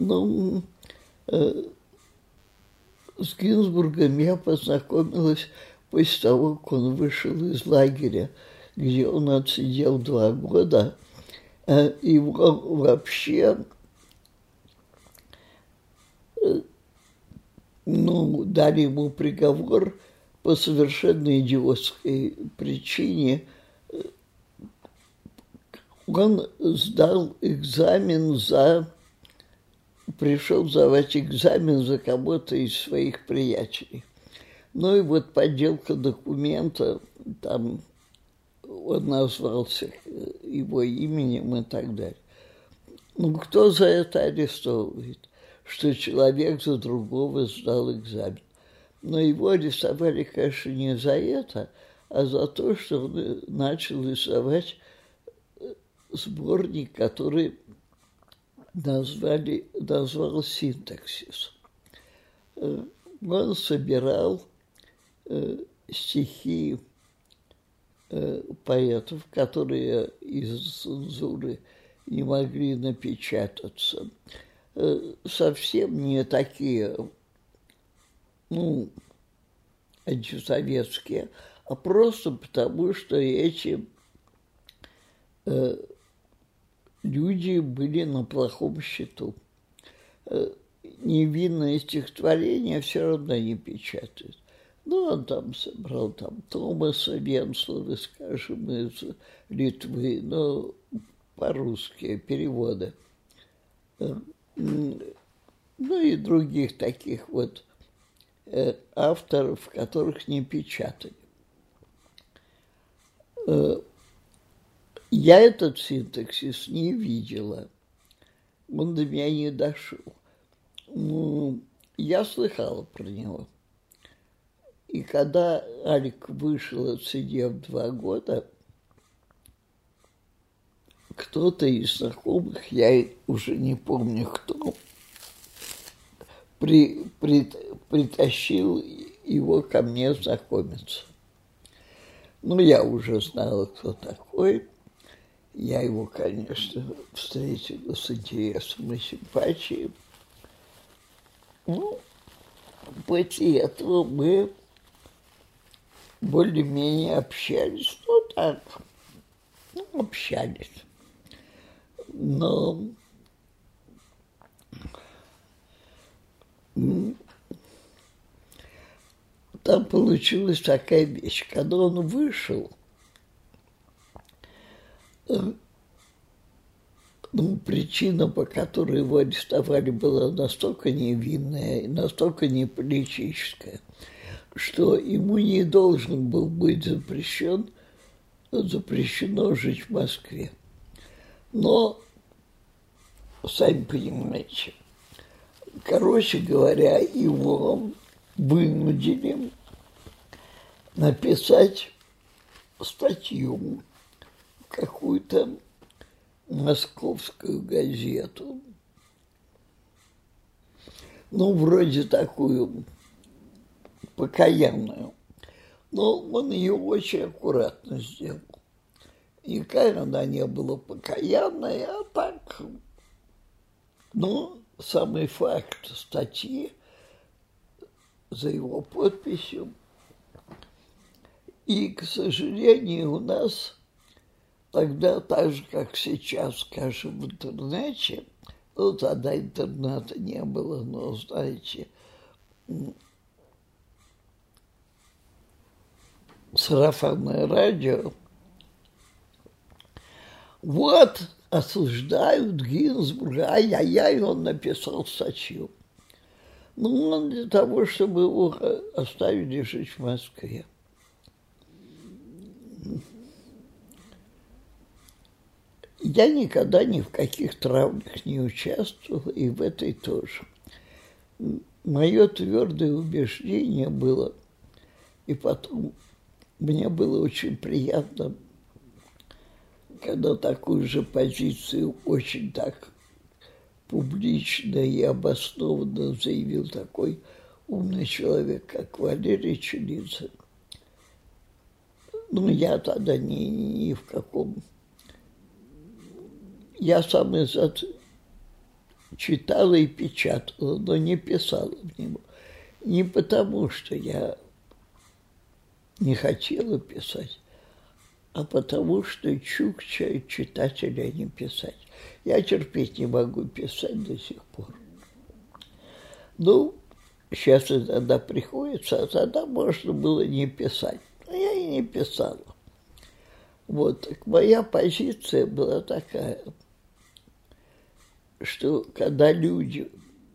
Ну, с Гинзбургом я познакомилась после того, как он вышел из лагеря, где он отсидел 2 года. Его вообще, дали ему приговор по совершенно идиотской причине. Он сдал экзамен пришел сдавать экзамен за кого-то из своих приятелей. Ну и вот подделка документа, там он назвался его именем и так далее. Ну, кто за это арестовывает? Что человек за другого сдал экзамен. Но его арестовали, конечно, не за это, а за то, что он начал рисовать сборник, который назвал «Синтаксис». Он собирал стихи поэтов, которые из цензуры не могли напечататься. Совсем не такие, антисоветские, а просто потому, что эти люди были на плохом счету. Невинное стихотворение все равно не печатают. Ну, он там собрал Томаса Венслова, скажем, из Литвы, но по-русски переводы. Ну и других таких вот авторов, которых не печатали. Я этот синтаксис не видела. Он до меня не дошел. Я слыхала про него. И когда Алик вышел, отсидев 2 года, кто-то из знакомых, я уже не помню кто, притащил его ко мне знакомиться. Ну, я уже знала, кто такой. Я его, конечно, встретила с интересом и симпатией. Ну, после этого мы более-менее общались. Ну, так, общались. Но там получилась такая вещь. Когда он вышел, причина, по которой его арестовали, была настолько невинная и настолько неполитическая, что ему не должен был быть запрещено жить в Москве. Но, сами понимаете, короче говоря, его вынудили написать статью в какую-то московскую газету. Ну, вроде такую покаянную. Но он ее очень аккуратно сделал. Никакая она не была покаянная, а так. Но самый факт статьи за его подписью. И, к сожалению, у нас тогда, так же, как сейчас, скажем, в интернете, ну, тогда интернета не было, но, знаете, сарафанное радио. Вот осуждают Гинзбурга, ай-яй-яй, он написал статью. Ну, он для того, чтобы его оставили жить в Москве. Я никогда ни в каких травлях не участвовал, и в этой тоже. Мое твердое убеждение было, и потом мне было очень приятно, когда такую же позицию очень так публично и обоснованно заявил такой умный человек, как Валерий Челидзе. Ну, я тогда ни в каком... Я сам читала и печатала, но не писала в него. Не потому, что я не хотела писать, а потому, что чукча читать, а не писать. Я терпеть не могу писать до сих пор. Ну, сейчас иногда приходится, а тогда можно было не писать. Но я и не писала. Вот, так моя позиция была такая, что когда люди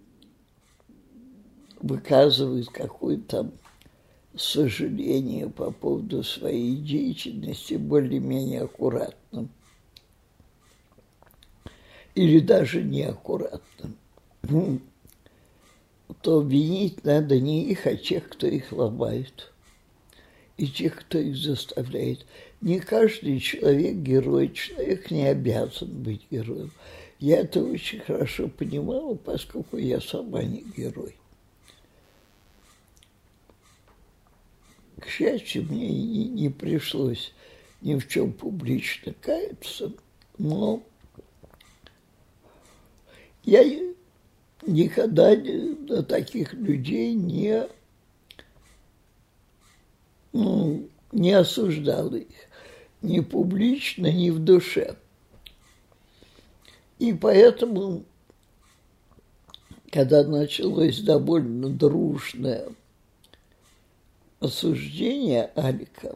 выказывают какое-то сожаление по поводу своей деятельности более-менее аккуратным или даже неаккуратным, то винить надо не их, а тех, кто их ломает, и тех, кто их заставляет. Не каждый человек герой, человек не обязан быть героем. Я это очень хорошо понимала, поскольку я сама не герой. К счастью, мне не пришлось ни в чем публично каяться, но я никогда на таких людей не осуждала их ни публично, ни в душе. И поэтому, когда началось довольно дружное осуждение Алика,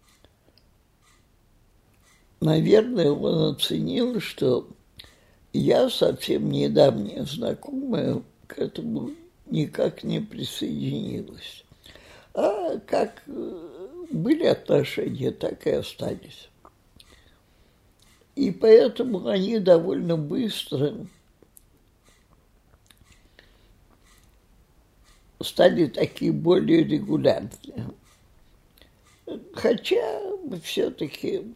наверное, он оценил, что я совсем недавняя знакомая к этому никак не присоединилась. А как были отношения, так и остались. И поэтому они довольно быстро стали такие более регулярные. Хотя все-таки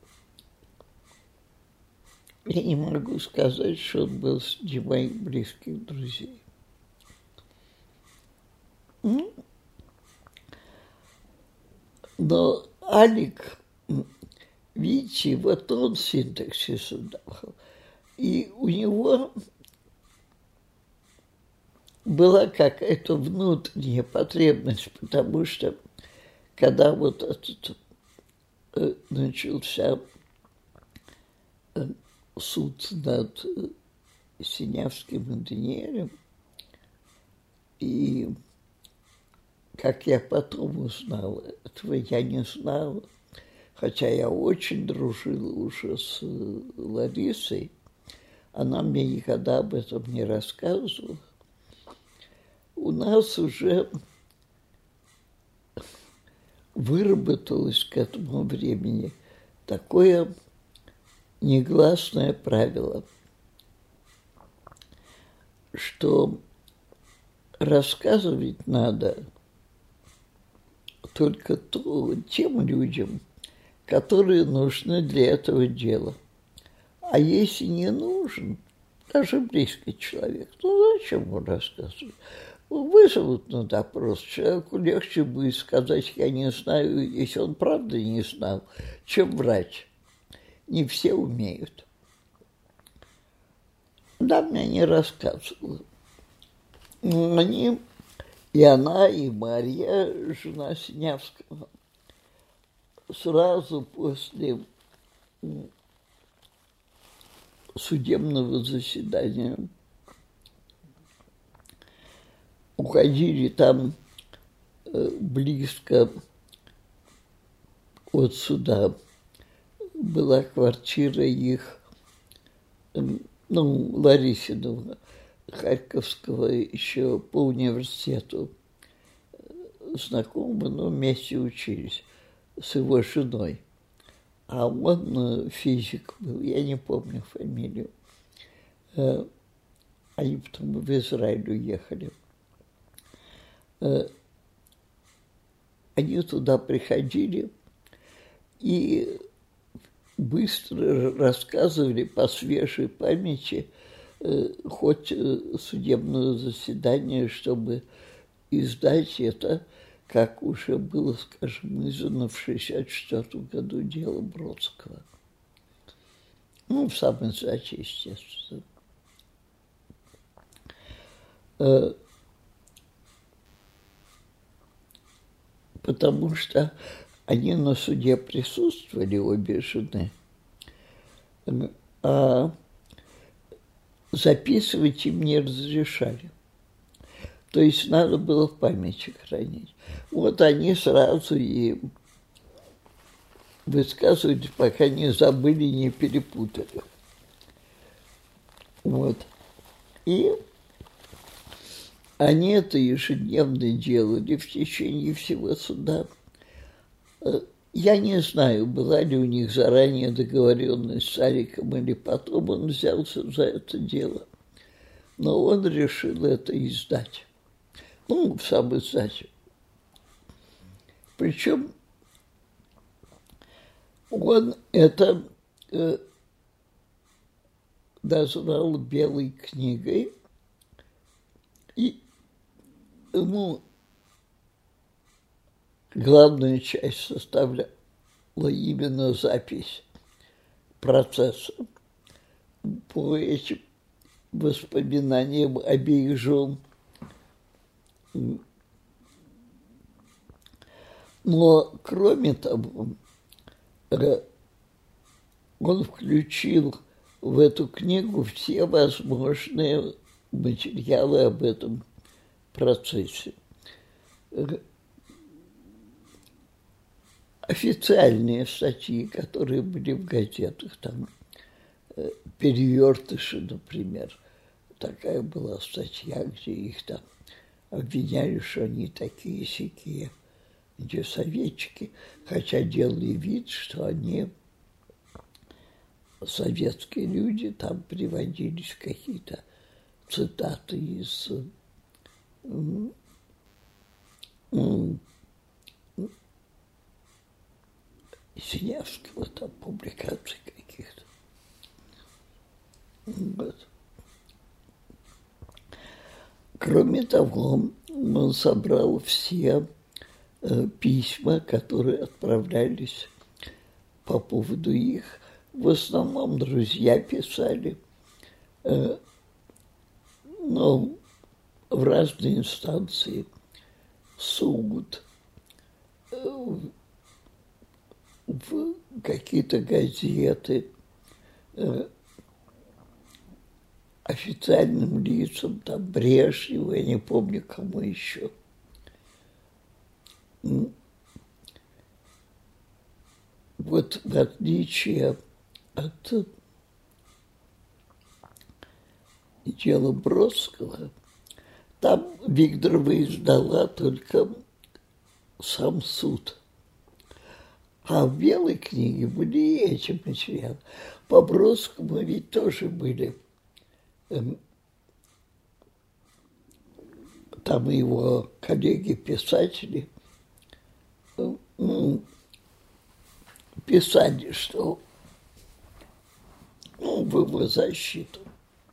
я не могу сказать, что он был среди моих близких друзей. Но Алик, видите, вот он синтаксис дал. И у него была какая-то внутренняя потребность, потому что когда вот этот начался суд над Синявским инженером, и как я потом узнала, этого я не знала, хотя я очень дружила уже с Ларисой, она мне никогда об этом не рассказывала. У нас уже выработалось к этому времени такое негласное правило, что рассказывать надо только тем людям, которые нужны для этого дела. А если не нужен, даже близкий человек, ну зачем ему рассказывать? Вызовут на допрос, человеку легче будет сказать, я не знаю, если он правда не знал, чем врать. Не все умеют. Да, мне не рассказывала. Они, и она, и Марья, жена Синявского, сразу после судебного заседания уходили там близко от суда. Была квартира их, Ларисиного, Харьковского, еще по университету знакомы, но вместе учились с его женой. А он физик был, я не помню фамилию. Они потом в Израиль уехали. Они туда приходили и быстро рассказывали по свежей памяти хоть судебного заседания, чтобы издать это, как уже было, скажем, издано в 1964 году дело Бродского. Ну, в самой сдаче, естественно. потому что они на суде присутствовали, обе жены, а записывать им не разрешали. То есть надо было в памяти хранить. Вот они сразу и высказывались, пока не забыли, не перепутали. Вот. И они это ежедневно делали в течение всего суда. Я не знаю, была ли у них заранее договоренность с Сариком или потом он взялся за это дело. Но он решил это издать. Ну, сам издать. Причем он это назвал белой книгой. И, главную часть составляла именно запись процесса по этим воспоминаниям обеих жен. Но, кроме того, он включил в эту книгу все возможные материалы об этом процессе. Официальные статьи, которые были в газетах, там «Перевертыши», например. Такая была статья, где их там обвиняли, что они такие-сякие антисоветчики, хотя делали вид, что они советские люди, там приводились какие-то цитаты из Синявского, там публикаций каких-то. Вот. Кроме того, он собрал все письма, которые отправлялись по поводу их. В основном друзья писали, но в разные инстанции, суд, в какие-то газеты, официальным лицам, там, Брежневу, я не помню, кому еще. Вот в отличие от дела Бродского, там Викторова издала только сам суд. А в белой книге были и эти материалы. По Бродскому ведь тоже были там его коллеги-писатели писали, что в его защиту.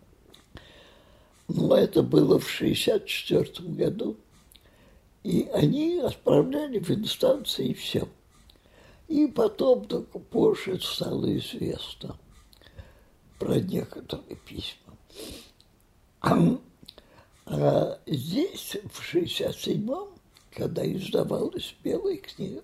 Но это было в 1964 году. И они отправляли в инстанции, и все. И потом только позже стало известно про некоторые письма. А здесь, в 1967-м, когда издавалась белая книга,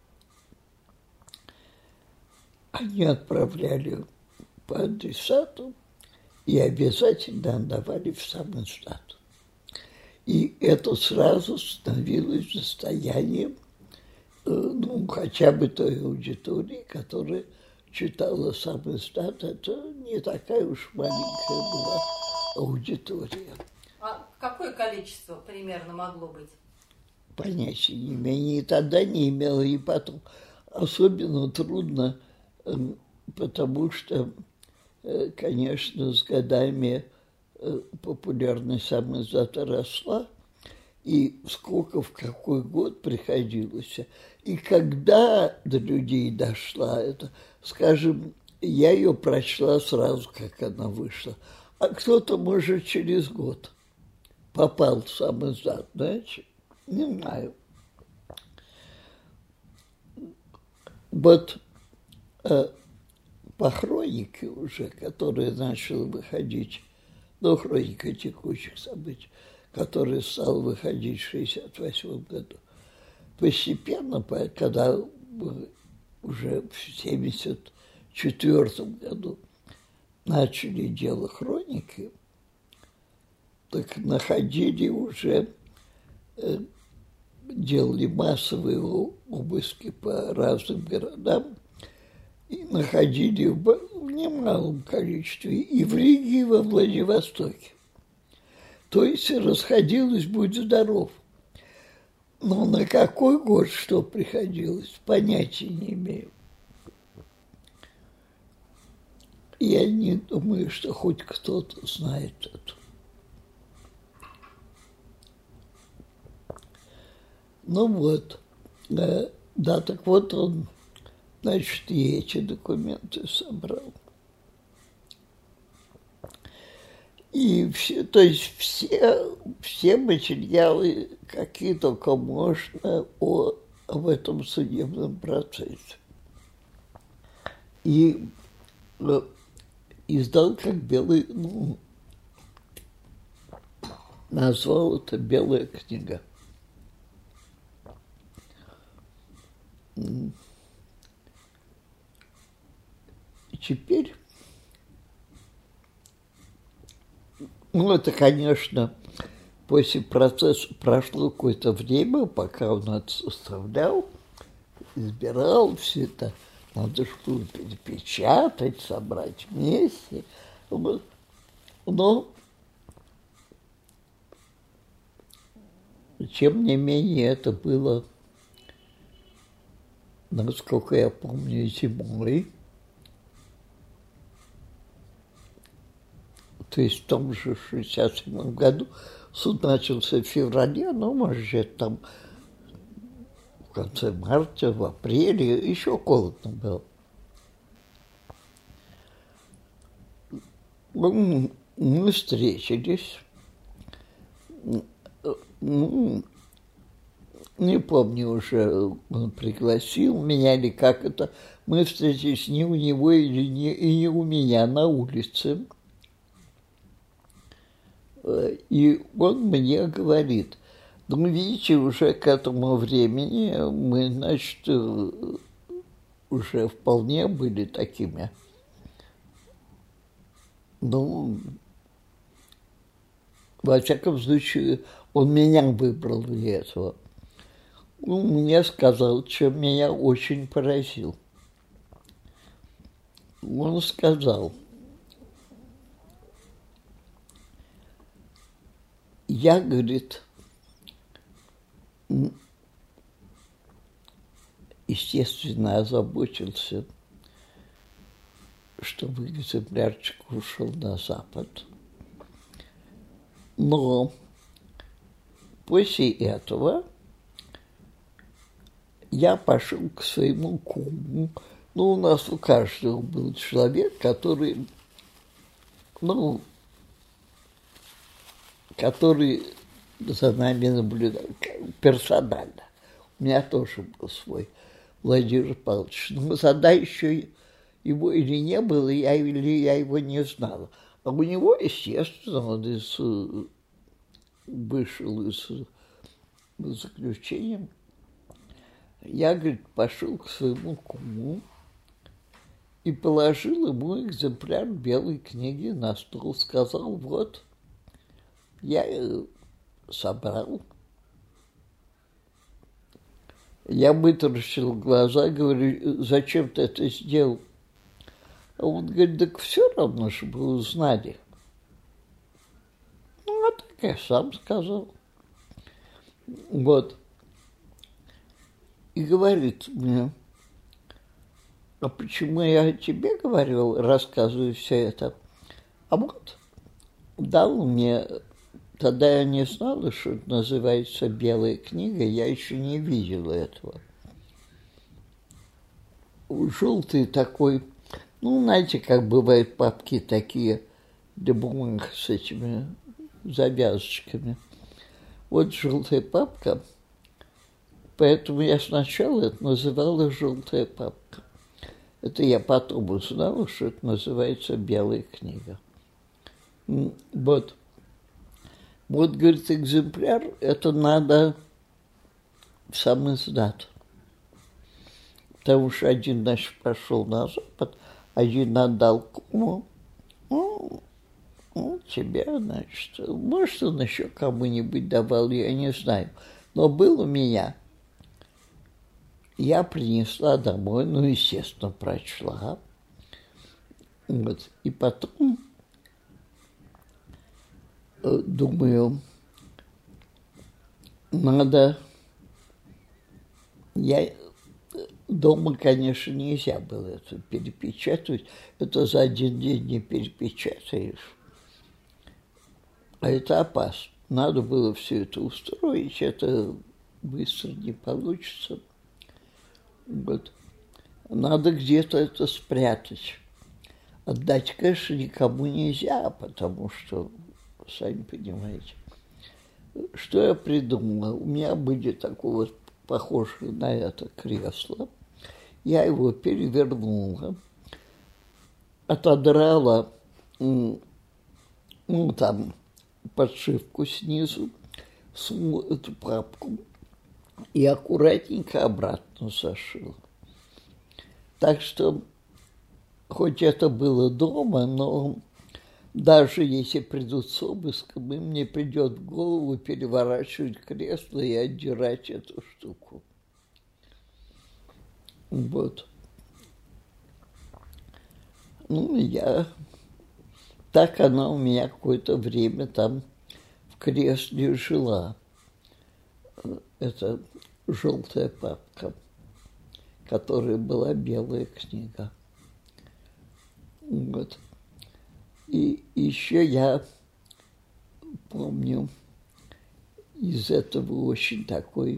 они отправляли по адресату и обязательно отдавали в сам издат. И это сразу становилось достоянием, хотя бы той аудитории, которая читала сам издат. Это не такая уж маленькая была аудитория. А какое количество примерно могло быть? Понятия не имею, ни тогда не имела, и потом. Особенно трудно, потому что, конечно, с годами популярность сам издата росла, и сколько в какой год приходилось. И когда до людей дошла это, скажем, я ее прочла сразу, как она вышла, а кто-то, может, через год попал в сам издат, знаете? Не знаю. Вот по хронике уже, которая начала выходить, хроника текущих событий, который стал выходить в 1968 году. Постепенно, когда уже в 1974 году начали дело хроники, так находили уже, делали массовые обыски по разным городам и находили в немалом количестве и в Риге, и во Владивостоке. То есть расходилось, будь здоров. Но на какой год что приходилось, понятия не имею. Я не думаю, что хоть кто-то знает это. Ну вот, да, так вот он, значит, и эти документы собрал. И все, то есть все материалы, какие только можно об этом судебном процессе. И издал как белый, назвал это «Белая книга». И теперь, это, конечно, после процесса прошло какое-то время, пока он это составлял, избирал все это. Надо что-то перепечатать, собрать вместе. Но, тем не менее, это было, насколько я помню, зимой. То есть в том же 1967 году суд начался в феврале, может, там в конце марта, в апреле, еще холодно было. Мы встретились. Не помню уже, он пригласил меня или как это. Мы встретились не у него и не у меня на улице. И он мне говорит, видите, уже к этому времени мы, значит, уже вполне были такими. Во всяком случае, он меня выбрал для этого. Мне сказал, чем меня очень поразил. Он сказал, я, говорит, естественно, озаботился, чтобы экземплярчик ушел на Запад. Но после этого я пошел к своему куму. У нас у каждого был человек, который за нами наблюдал персонально. У меня тоже был свой Владимир Павлович. Но тогда еще его или не было, я его не знала. А у него, естественно, он вышел из заключения. Я, говорит, пошел к своему куму и положил ему экземпляр белой книги на стол. Сказал, вот, я собрал. Я вытаращил глаза, говорю, зачем ты это сделал? А он говорит, так все равно, чтобы вы узнали. А так я сам сказал. Вот. И говорит мне, а почему я тебе говорил, рассказываю все это? А вот дал мне, тогда я не знала, что это называется «Белая книга», я еще не видела этого. Желтый такой, знаете, как бывают папки такие для бумаг с этими завязочками. Вот желтая папка, поэтому я сначала это называла «желтая папка». Это я потом узнала, что это называется «Белая книга». Вот. Вот, говорит, экземпляр, это надо в сам издат. Потому что один, значит, пошел на Запад, один отдал кому. Ну, тебе, значит, может, он еще кому-нибудь давал, я не знаю. Но был у меня. Я принесла домой, ну, естественно, прочла. Вот. И потом думаю, надо... Дома, конечно, нельзя было это перепечатывать. Это за один день не перепечатаешь. А это опасно. Надо было все это устроить. Это быстро не получится. Вот. Надо где-то это спрятать. Отдать, конечно, никому нельзя, потому что, сами понимаете. Что я придумала? У меня были такое вот похожее на это кресло. Я его перевернула, отодрала, ну, там, подшивку снизу, сунула эту папку и аккуратненько обратно зашила. Так что, хоть это было дома, но даже если придут с обыском, им не придет в голову переворачивать кресло и отдирать эту штуку. Вот. Ну, так она у меня какое-то время там в кресле жила. Это желтая папка, которая была белая книга. Вот. И еще я помню из этого очень такой,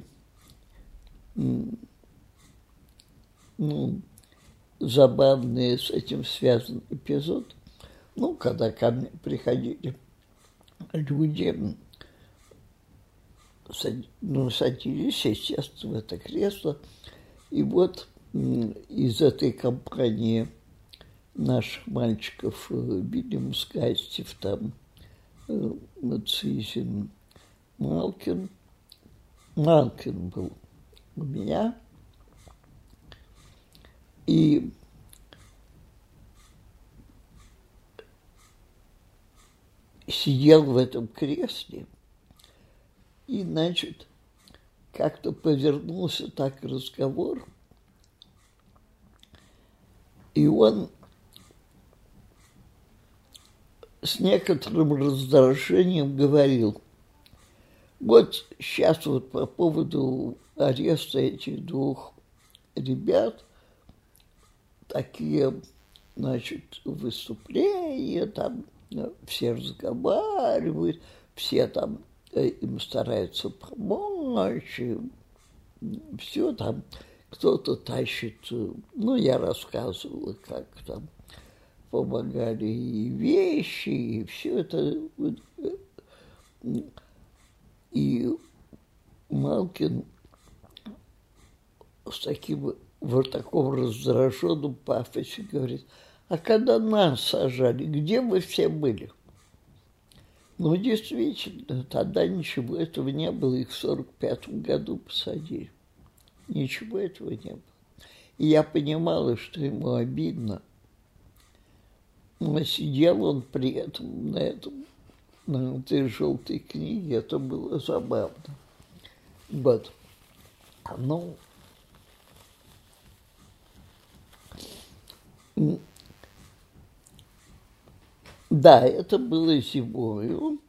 забавный с этим связан эпизод. Ну, когда ко мне приходили люди, садились, естественно, в это кресло. И вот из этой компании наших мальчиков Вильям Скастев, там Мацизин, Малкин был у меня. И сидел в этом кресле, и, значит, как-то повернулся так разговор, и он с некоторым раздражением говорил: вот сейчас вот по поводу ареста этих двух ребят такие, значит, выступления, там все разговаривают, все там им стараются помочь, все там, кто-то тащит, я рассказывала, как там помогали и вещи, и все это. И Малкин с таким вот таком раздраженном пафосе говорит: а когда нас сажали, где вы все были? Ну, действительно, тогда ничего этого не было, их в 1945 году посадили. Ничего этого не было. И я понимала, что ему обидно. Но сидел он при этом на этой желтой книге, это было забавно. Вот. Да, это было зимою,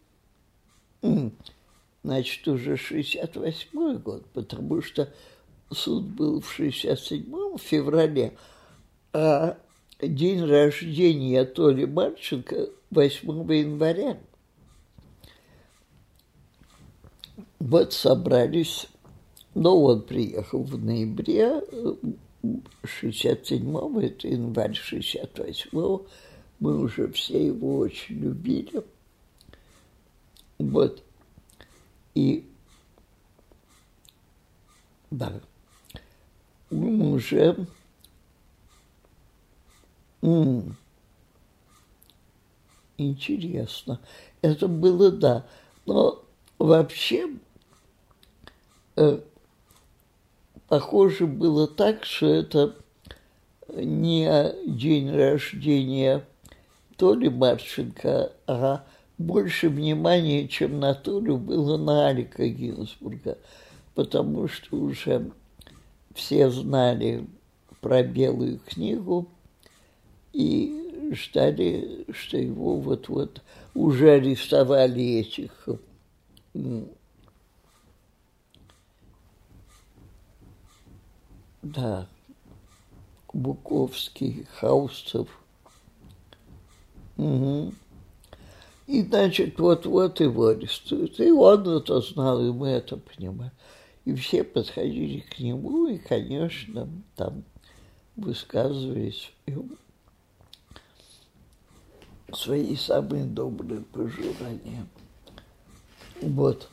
значит, уже 68-й год, потому что суд был в 67-м, в феврале, а день рождения Толи Марченко 8 января. Вот собрались, он приехал в ноябре 67-го, это январь 68-го, мы уже все его очень любили. Вот. И, да, мы уже... Интересно. Это было, да. Но вообще похоже было так, что это не день рождения Толи Марченко, а больше внимания, чем на Толю, было на Алика Гинзбурга, потому что уже все знали про Белую книгу и ждали, что его вот-вот уже арестовали этих Буковский, Хаусцев. Угу. И, значит, вот-вот его арестуют. И он это знал, и мы это понимаем. И все подходили к нему, и, конечно, там высказывались свои самые добрые пожелания. Вот.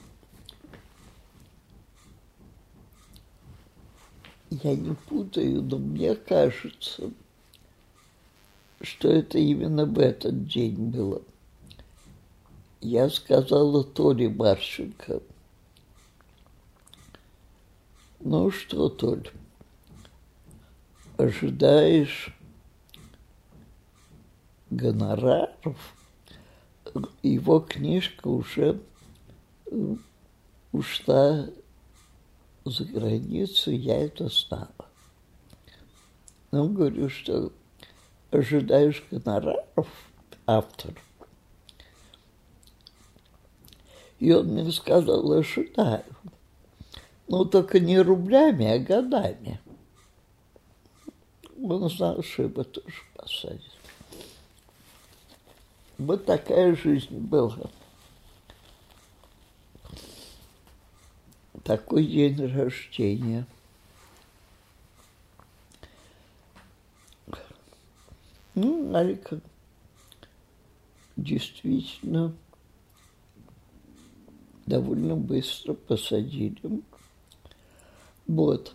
Я не путаю, но мне кажется, что это именно в этот день было. Я сказала Толе Марченко: ну что, Толь, ожидаешь гонораров? Его книжка уже ушла за границу, я это знала. Ну, говорю, что ожидаешь гонораров, автор? И он мне сказал: ожидаю. Ну, только не рублями, а годами. Он знал, что его тоже посадят. Вот такая жизнь была. Такой день рождения. Ну, Алика действительно довольно быстро посадили. Вот.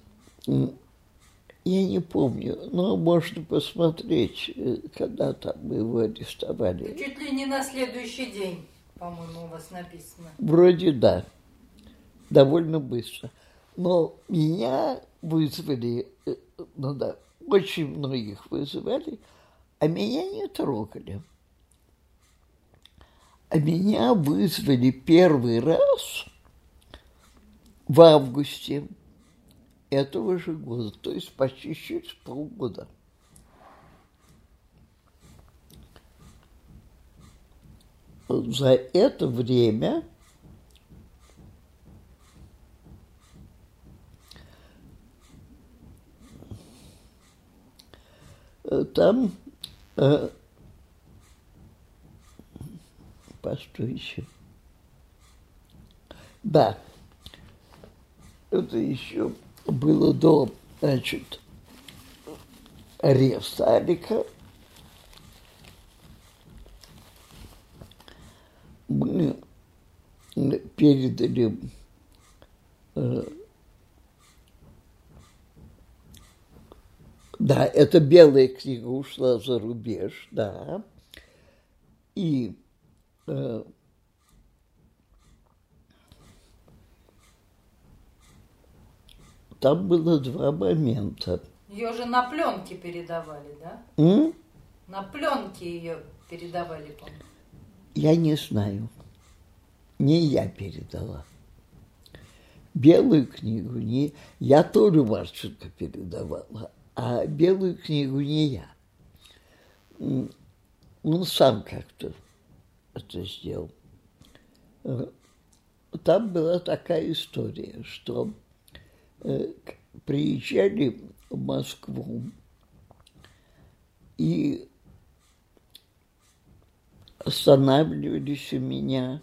Я не помню, но можно посмотреть, когда там его арестовали. Чуть ли не на следующий день, по-моему, у вас написано. Вроде да, довольно быстро. Но меня вызвали, ну да, очень многих вызывали, а меня не трогали. А меня вызвали первый раз в августе этого же года, то есть почти через полгода. За это время там, постойте, да, это еще было до, значит, ареста Алика. Мы передали да, эта белая книга ушла за рубеж, да, и там было два момента. Ее же на пленке передавали, да? На пленке ее передавали, по-моему. Я не знаю. Не я передала. Белую книгу не... Я Толю Марченко передавала, а белую книгу не я. Он сам как-то это сделал. Там была такая история, что приезжали в Москву и останавливались у меня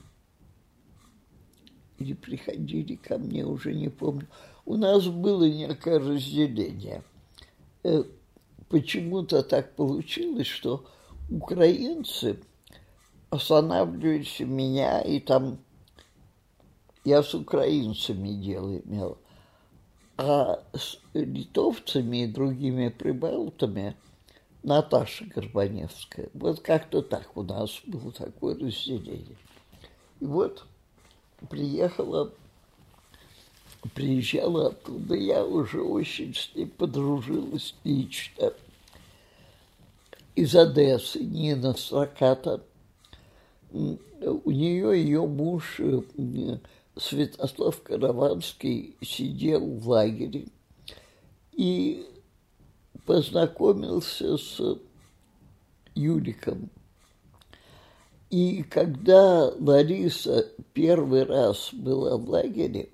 или приходили ко мне, уже не помню. У нас было некое разделение. Почему-то так получилось, что украинцы останавливались у меня, и там я с украинцами дело имела. А с литовцами и другими прибалтами Наташа Горбаневская. Вот как-то так у нас было такое разделение. И вот приезжала оттуда, я уже очень с ней подружилась лично. Из Одессы, Нина Строката. У нее ее муж Святослав Караванский сидел в лагере и познакомился с Юриком. И когда Лариса первый раз была в лагере,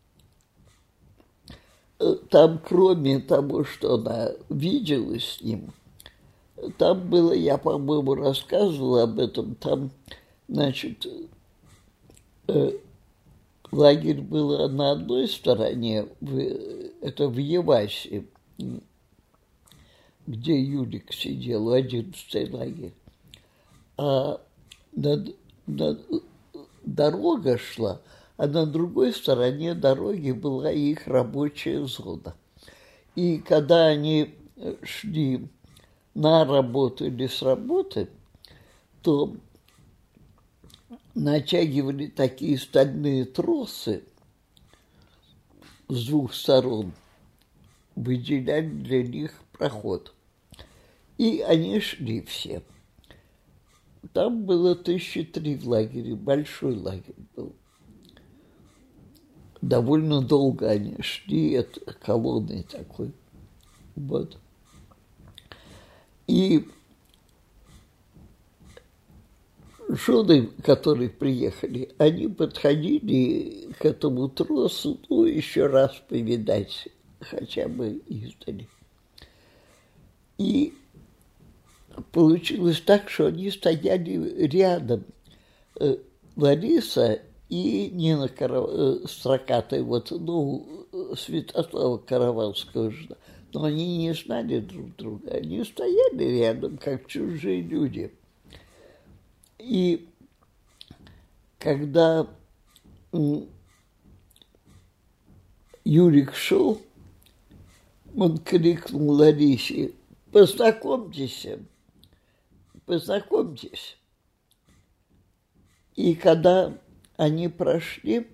там, кроме того, что она виделась с ним, там было, я, по-моему, рассказывала об этом, там, значит, лагерь был на одной стороне, это в Евасе, где Юрик сидел, 11-й лагерь. А дорога шла, а на другой стороне дороги была их рабочая зона. И когда они шли на работу или с работы, то натягивали такие стальные тросы с двух сторон, выделяли для них проход. И они шли все. Там было 1003 в лагере, большой лагерь был. Довольно долго они шли, это колонной такой. Вот. И жены, которые приехали, они подходили к этому тросу, ну, еще раз повидать, хотя бы издали. И получилось так, что они стояли рядом. Лариса и Нина Строкатая, вот, ну, Святослава Караванского жена. Но они не знали друг друга. Они стояли рядом, как чужие люди. И когда Юрик шел, он крикнул Ларисе: познакомьтесь. И когда они прошли,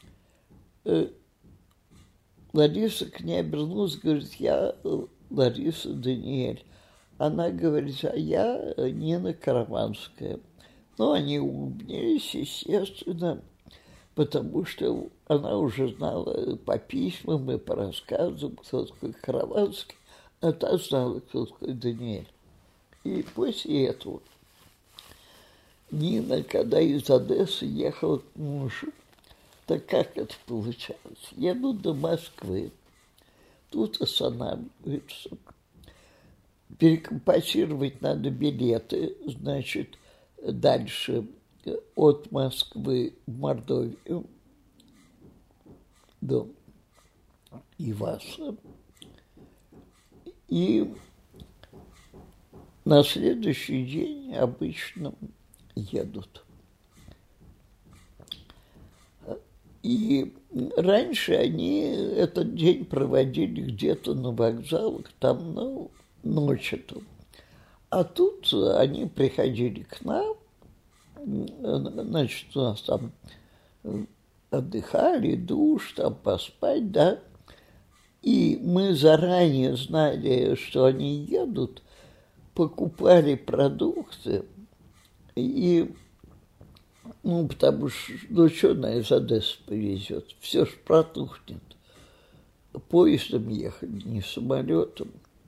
Лариса к ней обернулась, говорит: я Лариса Даниэль. Она говорит: а я Нина Караванская. Ну, они улыбнелись, естественно, потому что она уже знала по письмам и по рассказам, кто такой Караванский, а та знала, кто такой Даниэль. И после этого Нина, когда из Одессы ехала к мужу, так как это получалось? Еду до Москвы, тут останавливаются. Перекомпensировать надо билеты, значит, дальше от Москвы в Мордовию до Иваса. И на следующий день обычно едут. И раньше они этот день проводили где-то на вокзалах, там, ну, ночью. А тут они приходили к нам, значит, у нас там отдыхали, душ, там поспать, да. И мы заранее знали, что они едут, покупали продукты, и, ну, потому что, ну, что она из Одессы повезет? Все ж протухнет. Поездом ехали, не самолетом.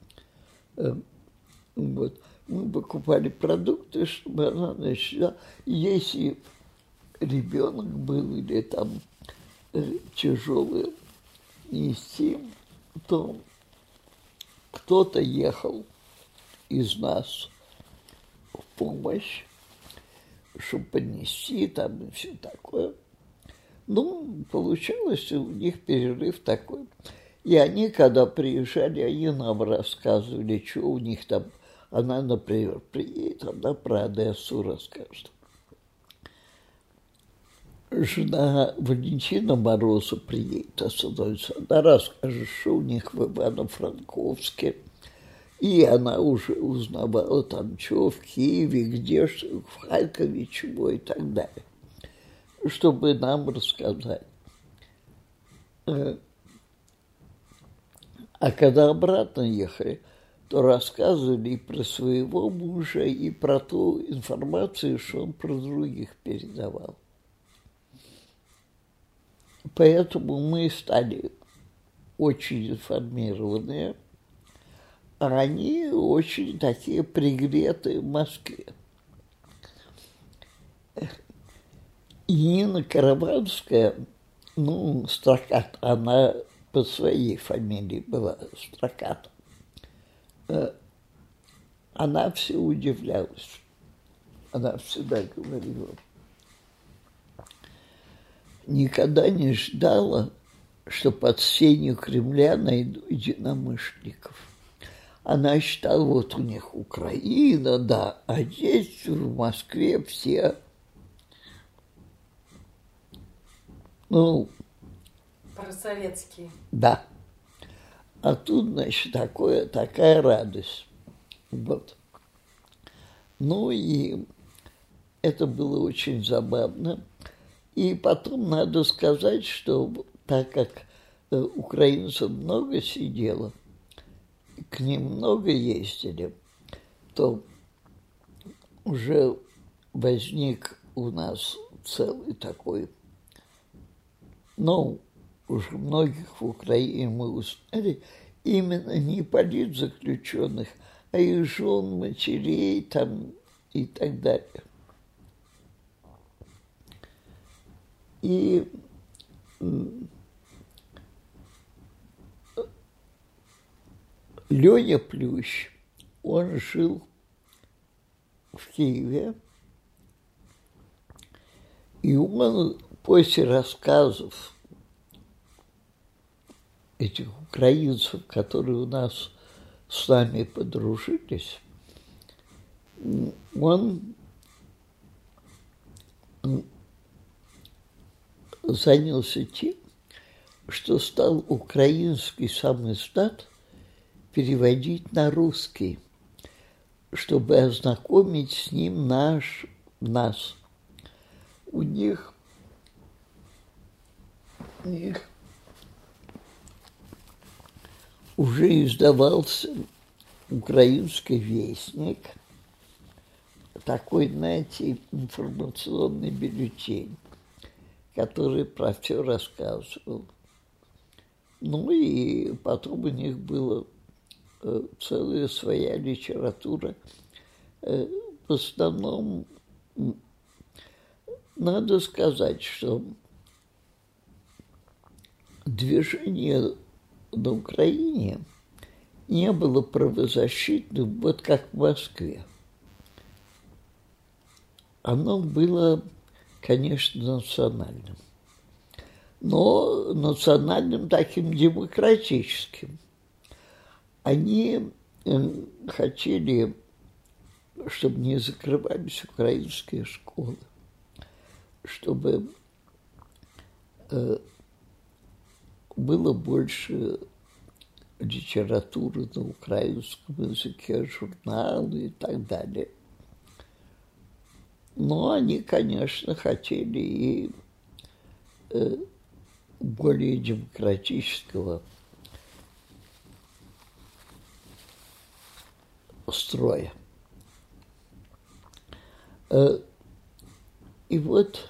Вот. Мы покупали продукты, чтобы она начала. Если ребенок был или там тяжелый нести, то кто-то ехал из нас в помощь, чтобы понести там и все такое. Ну, получалось у них перерыв такой. И они, когда приезжали, они нам рассказывали, что у них там. Она, например, приедет, она про Одессу расскажет. Жена Валентина Мороза приедет, остановится. Она расскажет, что у них в Ивано-Франковске. И она уже узнавала там, что в Киеве, где, что в Харькове, чего и так далее. чтобы нам рассказать. А когда обратно ехали, то рассказывали и про своего мужа, и про ту информацию, что он про других передавал. Поэтому мы стали очень информированные, а они очень такие пригретые в Москве. И Нина Караванская, Строкат, она по своей фамилии была Строкат, она все удивлялась. Она всегда говорила, никогда не ждала, что под сенью Кремля найду единомышленников. Она считала, вот у них Украина, да, а здесь в Москве все, просоветские. Да. А тут, значит, такая радость. Вот. И это было очень забавно. И потом надо сказать, что так как украинцев много сидело, к ним много ездили, то уже возник у нас целый такой, уже многих в Украине мы узнали, именно не политзаключенных, а их жен, матерей там и так далее. И Леня Плющ, он жил в Киеве, и он после рассказов этих украинцев, которые у нас с нами подружились, он занялся тем, что стал украинский сам издат переводить на русский, чтобы ознакомить с ним нас. У них уже издавался украинский вестник, такой, знаете, информационный бюллетень, который про все рассказывал. И потом у них была целая своя литература. В основном надо сказать, что движение на Украине не было правозащитным, вот как в Москве. Оно было, конечно, национальным, но национальным таким демократическим. Они хотели, чтобы не закрывались украинские школы, чтобы было больше литературы на украинском языке, журналы и так далее. Но они, конечно, хотели и более демократического строя. И вот,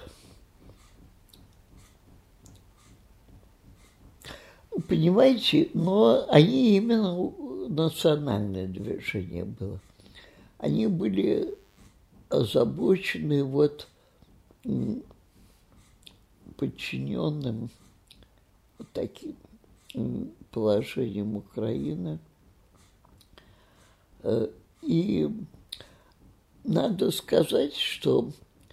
понимаете, но они именно национальное движение было. Они были озабочены подчиненным таким положением Украины. И надо сказать, что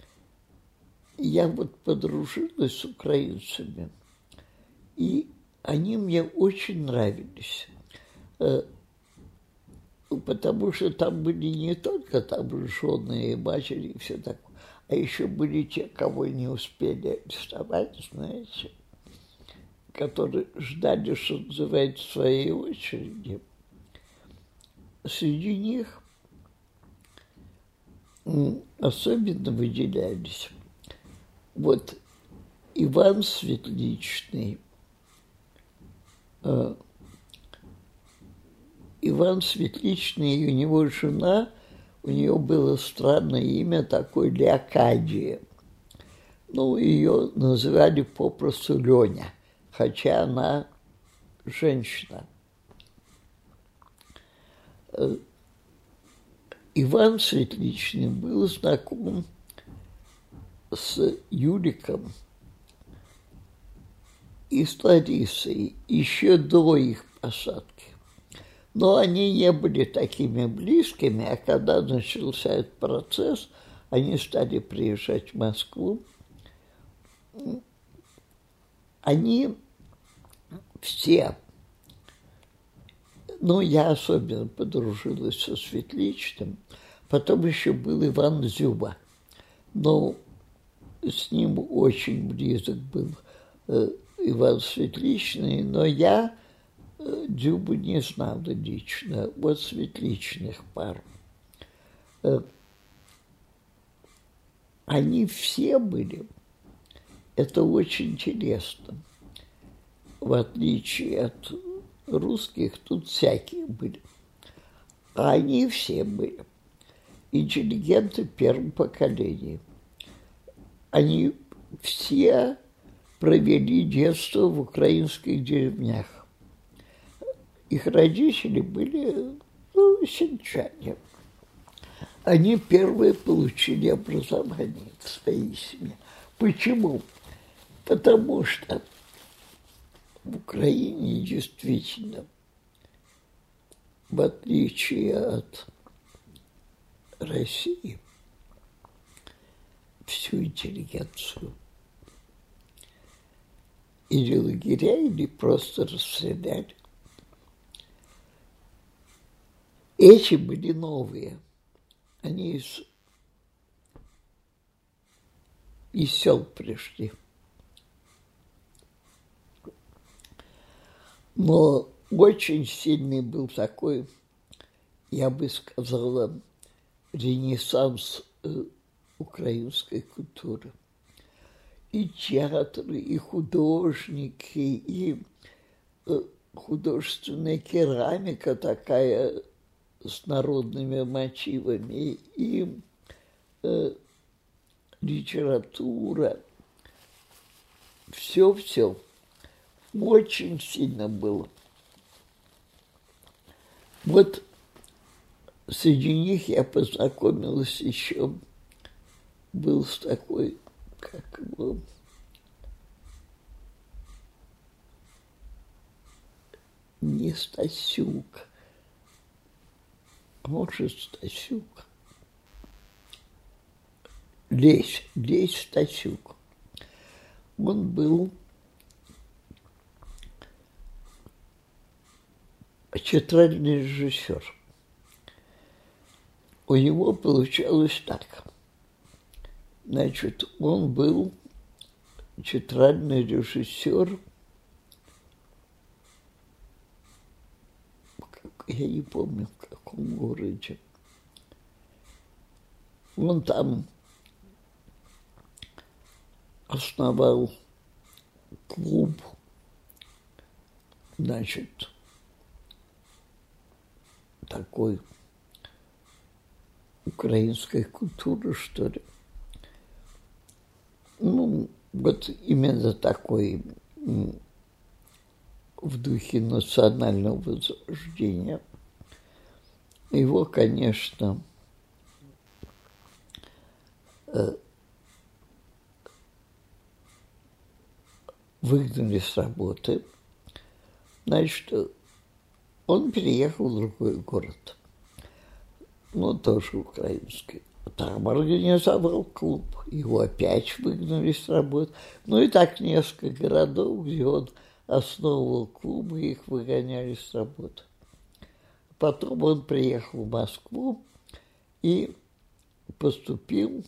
я подружилась с украинцами, и они мне очень нравились, потому что там были не только там жены и матери и все такое, а еще были те, кого не успели арестовать, знаете, которые ждали, что называется, своей очереди. Среди них особенно выделялись Иван Светличный. Иван Светличный и у него жена, у нее было странное имя такое Леокадия. Ну, ее называли попросту Леня, хотя она женщина. Иван Светличный был знаком с Юриком и с Ларисой еще до их посадки. Но они не были такими близкими, а когда начался этот процесс, они стали приезжать в Москву. Они все, ну, я особенно подружилась со Светличным, потом еще был Иван Дзюба, но с ним очень близок был Иван Светличный, но я Дзюбу не знала лично, вот Светличных пар. Они все были, это очень интересно, в отличие от русских, тут всякие были, а они все были интеллигенты первого поколения. Они все провели детство в украинских деревнях. Их родители были, сельчане. Они первые получили образование в своей семье. Почему? Потому что в Украине действительно, в отличие от России, всю интеллигенцию или лагеря, или просто расстреляли. Эти были новые. Они из сел пришли. Но очень сильный был такой, я бы сказала, ренессанс украинской культуры. И театры, и художники, и художественная керамика такая с народными мотивами, и литература. Все очень сильно было. Вот среди них я познакомилась еще, был с такой, как его, не Стасюк, может, Стасюк, Лесь Стасюк. Он был театральный режиссер. У него получалось так. Значит, он был театральный режиссер, я не помню, в каком городе. Он там основал клуб, значит, такой украинской культуры, что ли. Ну, вот именно такой в духе национального возрождения. Его, конечно, выгнали с работы. Значит, он переехал в другой город, но тоже украинский. Там организовал клуб, его опять выгнали с работы. Ну и так несколько городов, где он основывал клубы, их выгоняли с работы. Потом он приехал в Москву и поступил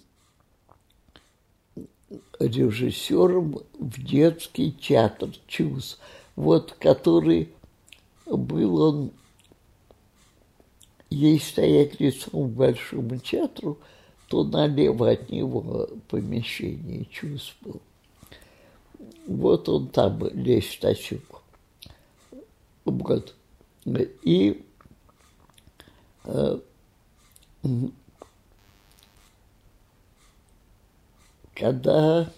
режиссером в детский театр ЧУЗ, вот который был он, если стоять лицом к Большому театру, то налево от него помещение ЧУЗ был. Вот он там лезть в тачку. Вот. И когда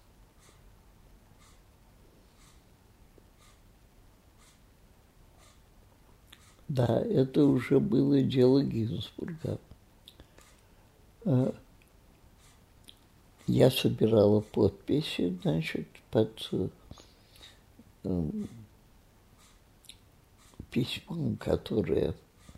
да, это уже было дело Гинзбурга. Я собирала подписи, значит, под письмом, которое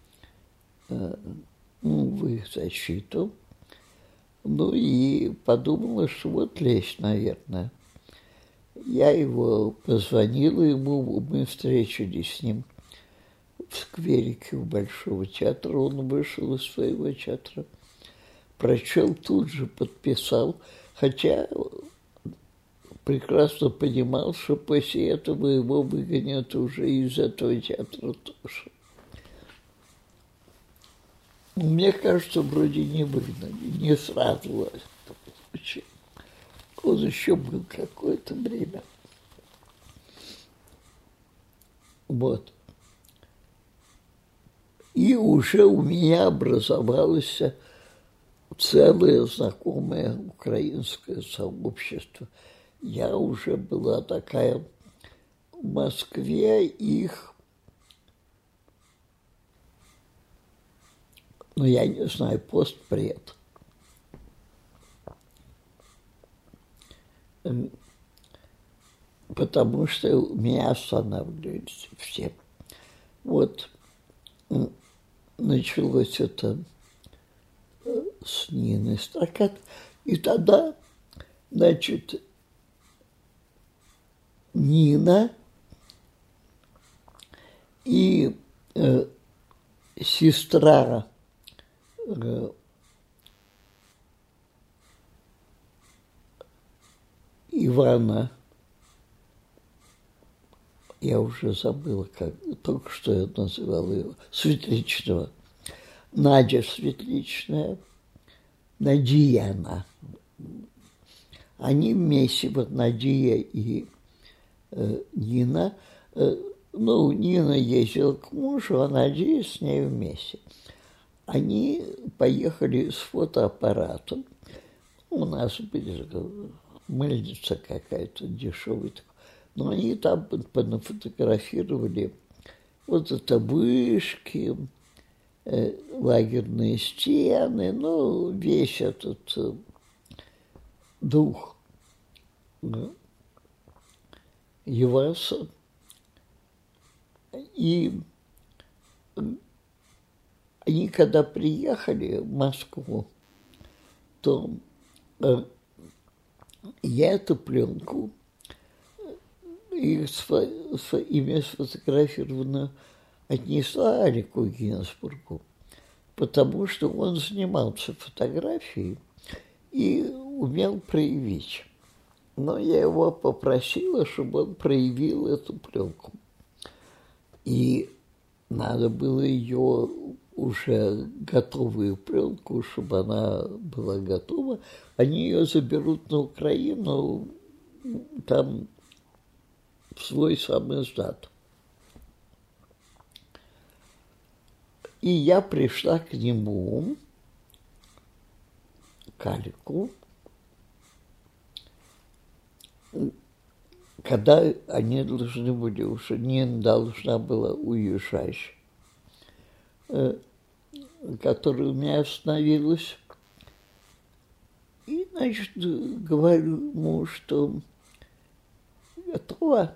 в их защиту. Ну и подумала, что вот лезть, наверное. Я его позвонила ему, мы встретились с ним в скверике у Большого театра. Он вышел из своего театра, прочел, тут же подписал, хотя прекрасно понимал, что после этого его выгонят уже из этого театра тоже. Мне кажется, вроде не выгнали, не сразу. Он еще был какое-то время. Вот. И уже у меня образовалось целое знакомое украинское сообщество. Я уже была такая в Москве, их, ну, я не знаю, постпред. Потому что меня останавливались все. Вот началось это с Нины Строкат. И тогда, значит, Нина и сестра Ивана, я уже забыла, как, только что я называла его, Светличного, Надя Светличная, Надия она. Они вместе, вот Надия и Нина, ну, Нина ездила к мужу, а Надя с ней вместе. Они поехали с фотоаппаратом. У нас были мыльница какая-то дешевая. Но они там понафотографировали вот это вышки, лагерные стены, ну, весь этот дух Еваса. И они, когда приехали в Москву, то я эту пленку, ими сфотографированную, отнесла Алику Гинзбургу, потому что он занимался фотографией и умел проявить. Но я его попросила, чтобы он проявил эту пленку. И надо было ее уже готовую пленку, чтобы она была готова. Они ее заберут на Украину, там в свой сам издат. И я пришла к нему, к Алику, когда они должны были, уже Нина должна была уезжать, которая у меня остановилась. И, значит, говорю ему, что готова.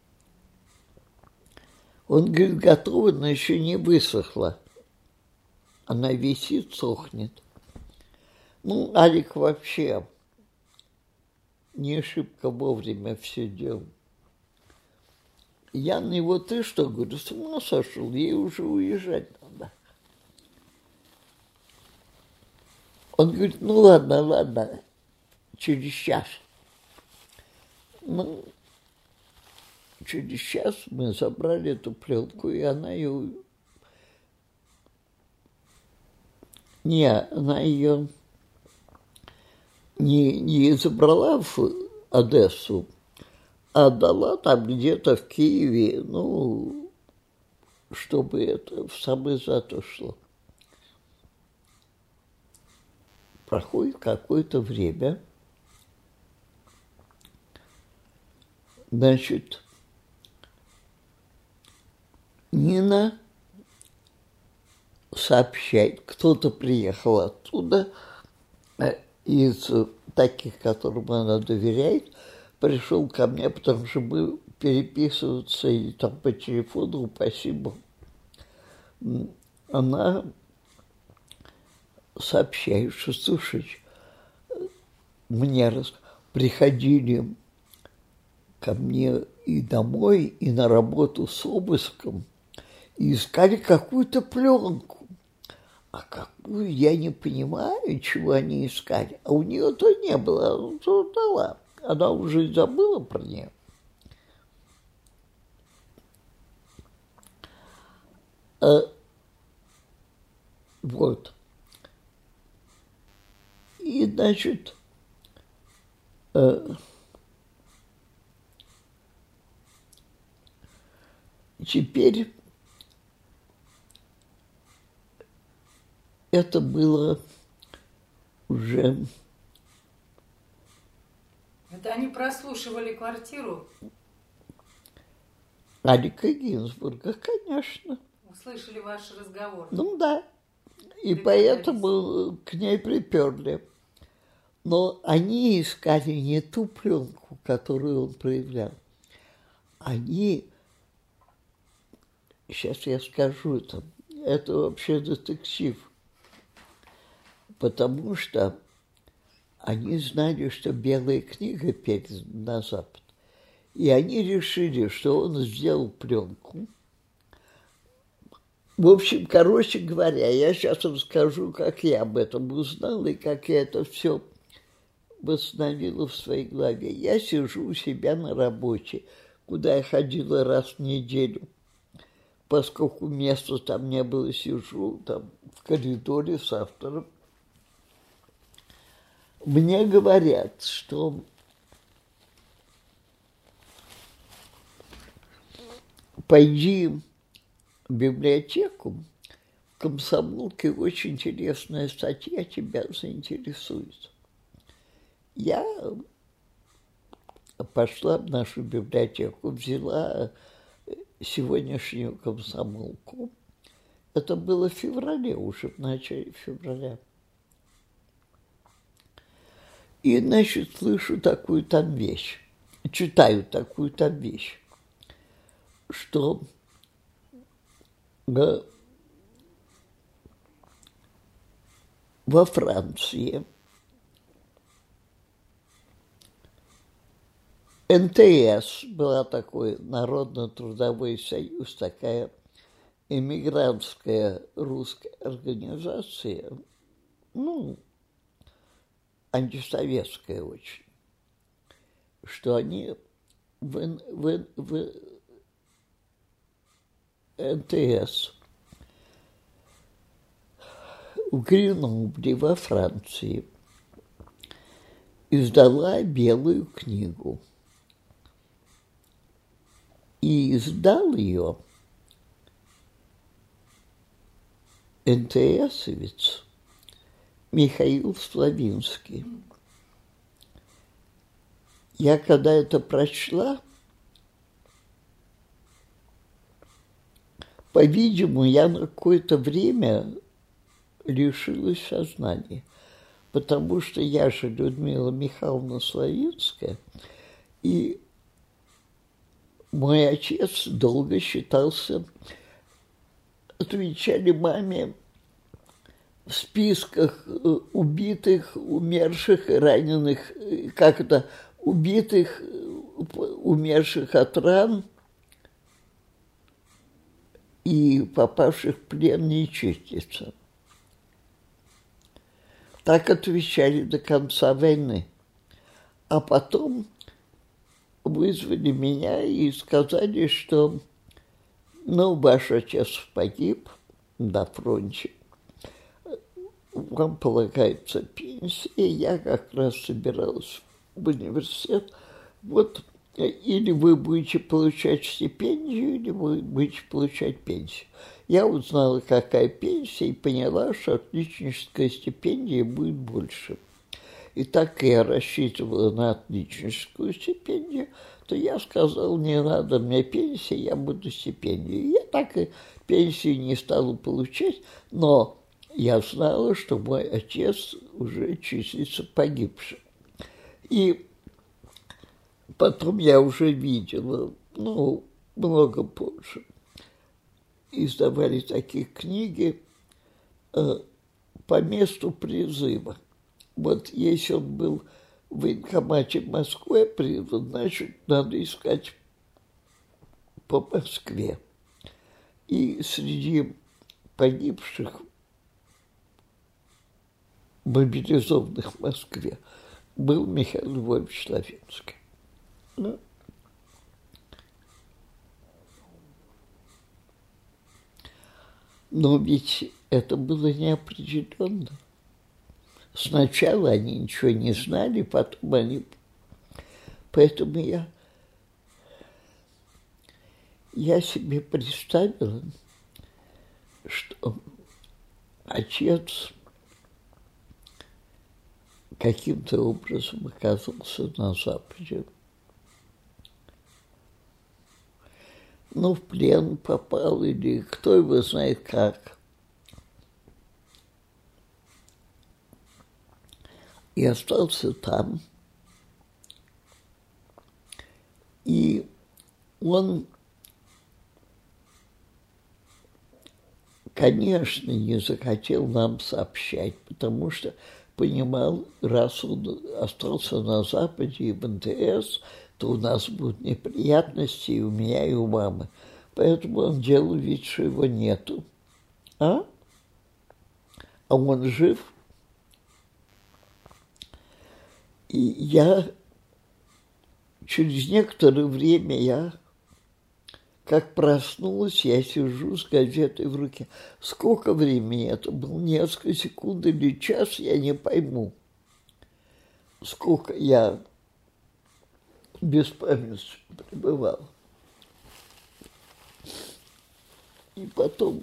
Он говорит, готова, но еще не высохла. Она висит, сохнет. Ну, Алик вообще не шибко вовремя все делал. Я на него, ты что, говорю, с ума сошел, ей уже уезжать надо. Он говорит, ну ладно, через час. Ну, через час мы забрали эту пленку, и она ее... она ее не забрала в Одессу, отдала там где-то в Киеве, ну, чтобы это в самый зад ушло. Проходит какое-то время, значит, Нина сообщает, кто-то приехал оттуда, из таких, которым она доверяет, пришел ко мне, потому что мы переписываться или там по телефону, упаси Бог. Она сообщает, что, слушай, мне приходили ко мне и домой, и на работу с обыском, и искали какую-то пленку. А какую, я не понимаю, чего они искали. А у нее то не было, она то дала. Она уже и забыла про нее. Вот. И, значит, теперь это было уже... Это они прослушивали квартиру? Алика Гинзбурга, конечно. Услышали ваш разговор? Ну да. И поэтому к ней приперли. Но они искали не ту пленку, которую он проявлял. Они, сейчас я скажу это вообще детектив. Потому что они знали, что белая книга передана на Запад. И они решили, что он сделал пленку. В общем, короче говоря, я сейчас расскажу, как я об этом узнала и как я это все восстановила в своей голове. Я сижу у себя на работе, куда я ходила раз в неделю. Поскольку места там не было, сижу там в коридоре с автором. Мне говорят, что пойди в библиотеку, в «Комсомолке» очень интересная статья, тебя заинтересует. Я пошла в нашу библиотеку, взяла сегодняшнюю «Комсомолку». Это было в феврале уже, в начале февраля. И, значит, слышу такую там вещь, читаю такую там вещь, что во Франции НТС, была такой Народно-трудовой союз, такая эмигрантская русская организация, ну, антисоветская очень, что они в НТС в Гренобле во Франции издала белую книгу. И издал ее НТСовец Михаил Славинский. Я когда это прочла, по-видимому, я на какое-то время лишилась сознания, потому что я же Людмила Михайловна Славинская, и мой отец долго считался, отвечали маме, в списках убитых, умерших, раненых, как это, убитых, умерших от ран и попавших в плен нечестивцам. Так отвечали до конца войны. А потом вызвали меня и сказали, что, ну, ваш отец погиб на фронте, вам полагается пенсия. Я как раз собиралась в университет. Вот или вы будете получать стипендию, или вы будете получать пенсию. Я узнала, какая пенсия, и поняла, что отличническая стипендия будет больше. И так как я рассчитывала на отличническую стипендию, то я сказала, не надо мне пенсии, я буду стипендию. Я так и пенсию не стала получать, но я знала, что мой отец уже числится погибшим. И потом я уже видела, много позже, издавали такие книги по месту призыва. Вот если он был в военкомате Москвы призван, значит, надо искать по Москве. И среди погибших, мобилизованных в Москве, был Михаил Львович Лавинский. Но ведь это было неопределенно. Сначала они ничего не знали, потом они... Поэтому я себе представила, что отец каким-то образом оказался на Западе. В плен попал или кто его знает как. И остался там. И он, конечно, не захотел нам сообщать, потому что понимал, раз он остался на Западе и в МТС, то у нас будут неприятности и у меня, и у мамы. Поэтому он делал вид, что его нету. А он жив. И через некоторое время как проснулась, я сижу с газетой в руке. Сколько времени это было? Несколько секунд или час, я не пойму. Сколько я без памяти пребывал. И потом...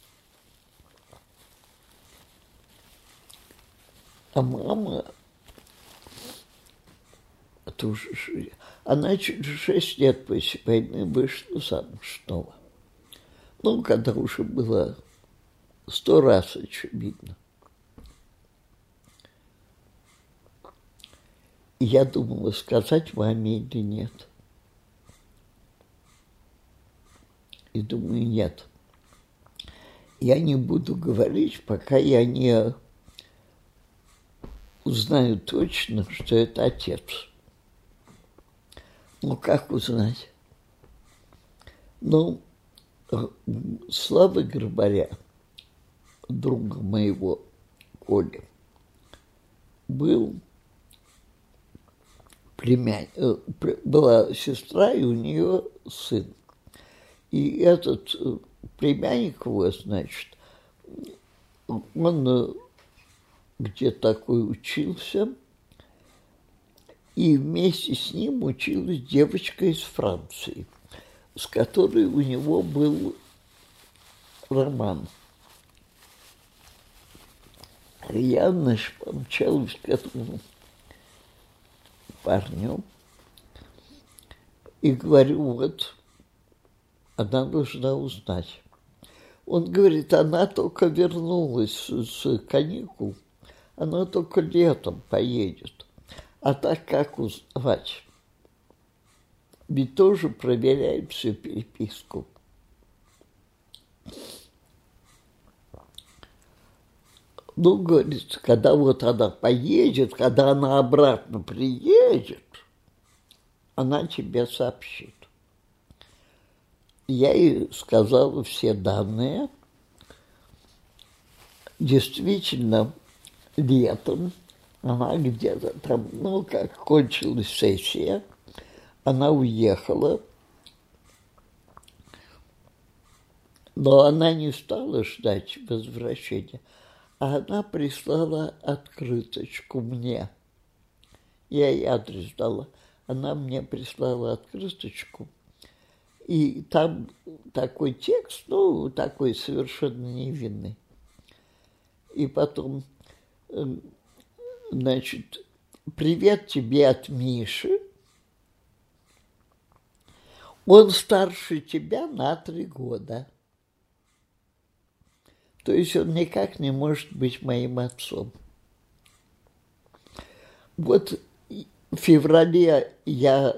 А мама... тоже, она через 6 лет после войны вышла замуж снова. Когда уже было 100 раз очевидно. И я думала, сказать маме или нет. И думаю, нет. Я не буду говорить, пока я не узнаю точно, что это отец. Как узнать? Слава Горбаря, друга моего Коли, была сестра, и у нее сын. И этот племянник его, значит, он где-то такой учился, и вместе с ним училась девочка из Франции, с которой у него был роман. И я, значит, помчалась к этому парню и говорю, вот, она должна узнать. Он говорит, она только вернулась с каникул, она только летом поедет. А так как узнавать? Ведь тоже проверяем всю переписку. Говорит, когда вот она поедет, когда она обратно приедет, она тебе сообщит. Я ей сказала все данные. Действительно, летом она где-то там, как кончилась сессия, она уехала, но она не стала ждать возвращения, а она прислала открыточку мне. Я ей адрес дала. она мне прислала открыточку, и там такой текст, ну, такой совершенно невинный. И потом, значит, привет тебе от Миши. Он старше тебя на 3 года. То есть он никак не может быть моим отцом. Вот в феврале я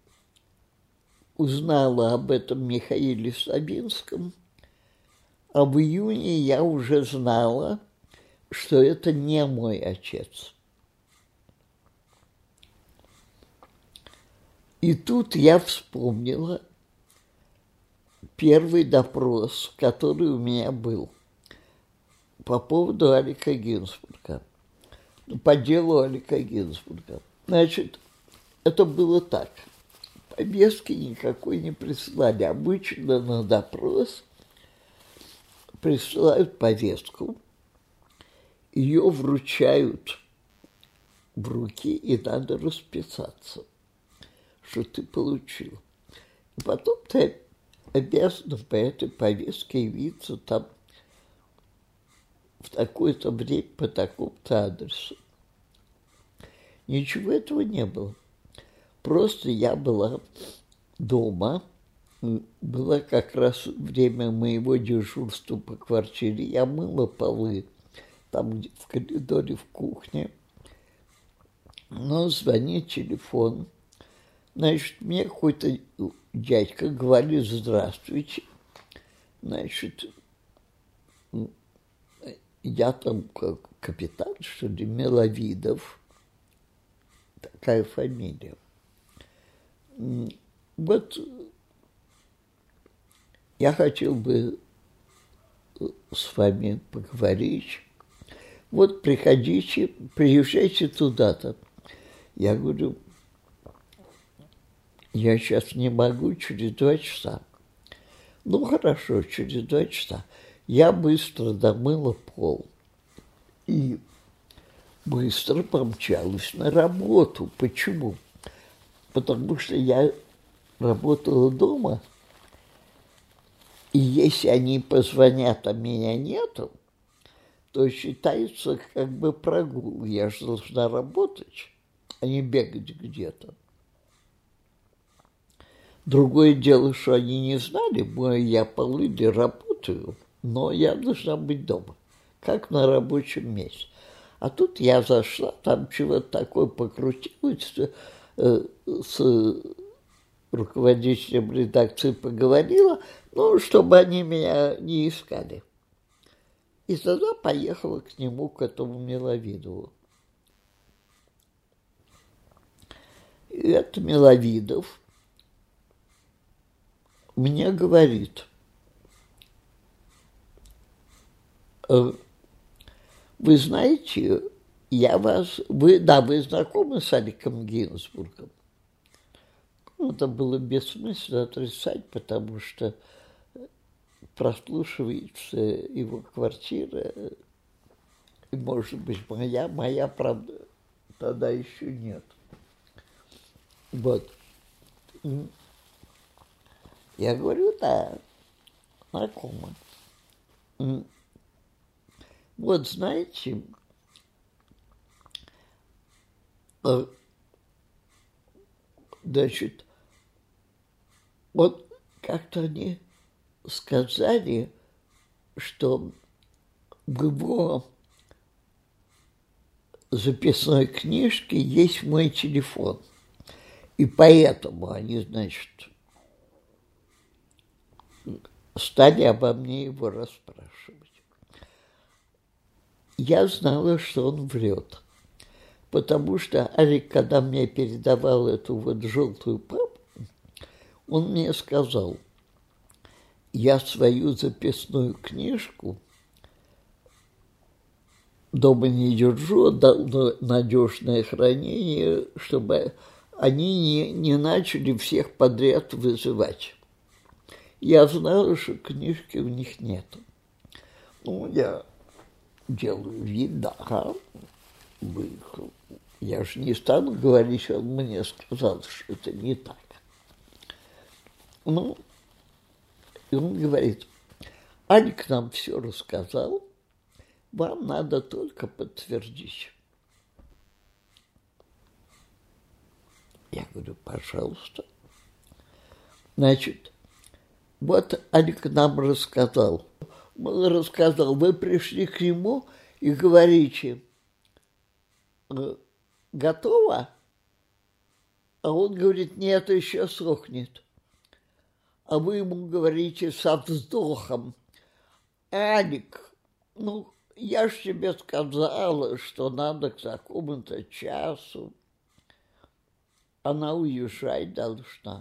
узнала об этом Михаиле Савинском, а в июне я уже знала, что это не мой отец. И тут я вспомнила первый допрос, который у меня был по поводу Алика Гинзбурга, по делу Алика Гинзбурга. Значит, это было так. Повестки никакой не присылали. Обычно на допрос присылают повестку, ее вручают в руки, и надо расписаться, что ты получил. И потом ты обязан по этой повестке явиться там в такое-то время по такому-то адресу. Ничего этого не было. Просто я была дома, было как раз время моего дежурства по квартире, я мыла полы там в коридоре, в кухне, но звонит телефон. Значит, мне какой-то дядька говорит: здравствуйте. Значит, я там как капитан, что ли, Миловидов, такая фамилия. Вот я хотел бы с вами поговорить. Вот приходите, приезжайте туда-то. Я говорю: я сейчас не могу, через 2 часа. Ну, хорошо, через 2 часа. Я быстро домыла пол и быстро помчалась на работу. Почему? Потому что я работала дома, и если они позвонят, а меня нету, то считается как бы прогул. Я же должна работать, а не бегать где-то. Другое дело, что они не знали, я полы работаю, но я должна быть дома, как на рабочем месте. А тут я зашла, там чего-то такое покрутилось, с руководителем редакции поговорила, ну, чтобы они меня не искали. И тогда поехала к нему, к этому Миловидову. И это Миловидов мне говорит: вы знаете, вы знакомы с Аликом Гинзбургом? Ну, это было бессмысленно отрицать, потому что прослушивается его квартира, и, может быть, моя, правда, тогда еще нет. Вот. Я говорю: да, знакомо. Вот, знаете, значит, вот как-то они сказали, что в его записной книжке есть мой телефон. И поэтому они, значит, стали обо мне его расспрашивать. Я знала, что он врет, потому что Алик, когда мне передавал эту вот желтую папку, он мне сказал: я свою записную книжку дома не держу, дал на надежное хранение, чтобы они не начали всех подряд вызывать. Я знала, что книжки у них нет. Ну, я делаю вид, да, выехал. Я же не стану говорить, он мне сказал, что это не так. Ну, и он говорит, Алик нам все рассказал, вам надо только подтвердить. Я говорю, пожалуйста. Значит, вот Алик нам рассказал. Он рассказал, вы пришли к нему и говорите, готово? А он говорит, нет, еще сохнет. А вы ему говорите со вздохом, Алик, ну, я ж тебе сказала, что надо к такому-то часу. Она уезжать должна.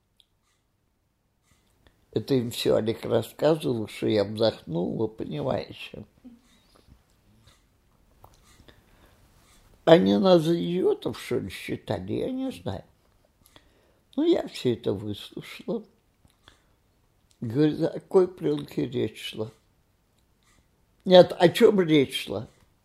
Это им все Алик рассказывал, что я вздохнула, понимаете. Они нас идиотов, что ли, считали, я не знаю. Ну, я все это выслушала. Говорит, о какой пленке речь шла? Нет, о чем речь шла?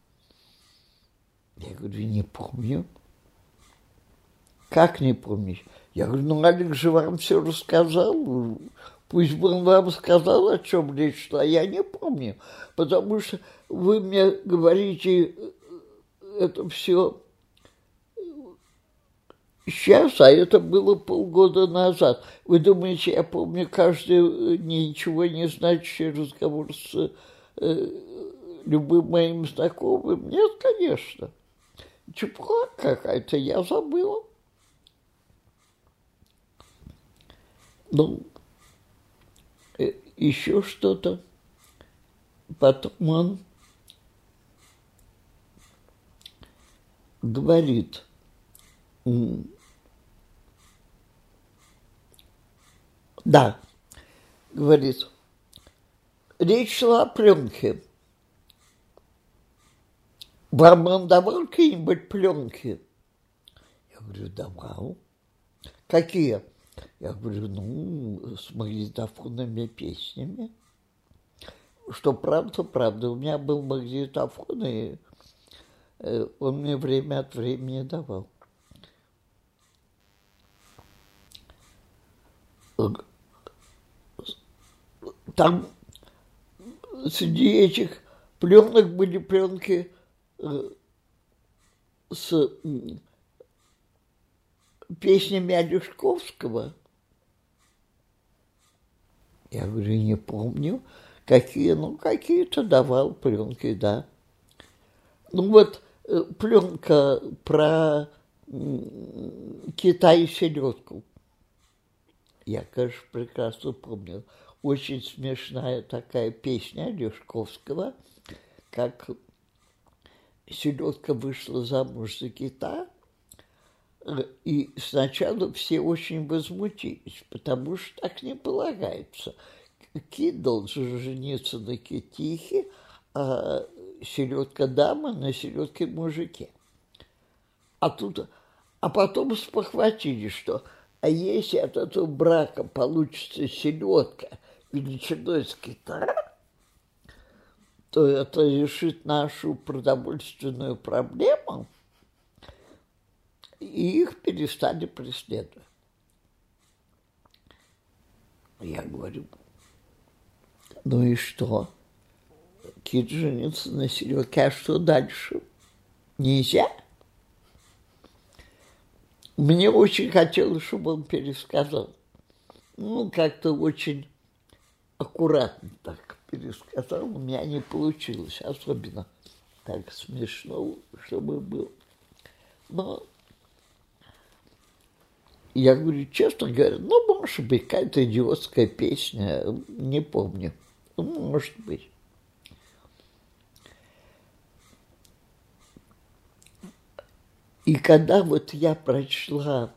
Я говорю, не помню. Как не помнишь? Я говорю, ну, Алик же вам все рассказал. Пусть бы он вам сказал, о чем речь шла. Я не помню, потому что вы мне говорите это все сейчас, а это было полгода назад. Вы думаете, я помню каждый ничего не значащий разговор с любым моим знакомым? Нет, конечно. Чепуха какая-то, я забыла. Ну, еще что-то. Потом он говорит, да, говорит, речь шла о пленке. Вам он давал какие-нибудь пленки? Я говорю, давал. Какие? Я говорю, ну, с магнитофонными песнями. Что правда, правда. У меня был магнитофон, и он мне время от времени давал. Там среди этих пленок были пленки с песнями Олешковского. Я говорю, не помню, какие, ну, какие-то давал пленки, да. Ну, вот пленка про Китай и селедку. Я, конечно, прекрасно помню. Очень смешная такая песня Олешковского, как селедка вышла замуж за кита, и сначала все очень возмутились, потому что так не полагается. Кит должен жениться на китихе, а селедка-дама на селедке-мужике. А потом спохватили, что если от этого брака получится селедка величиной с кита, то это решит нашу продовольственную проблему, и их перестали преследовать. Я говорю, ну и что? Кит женится на селедке, а что дальше? Нельзя? Мне очень хотелось, чтобы он пересказал. Ну, как-то очень аккуратно так пересказал. У меня не получилось, особенно так смешно, чтобы было. Но я говорю, честно говоря, ну, может быть, какая-то идиотская песня, не помню. Ну, может быть. И когда вот я прочла,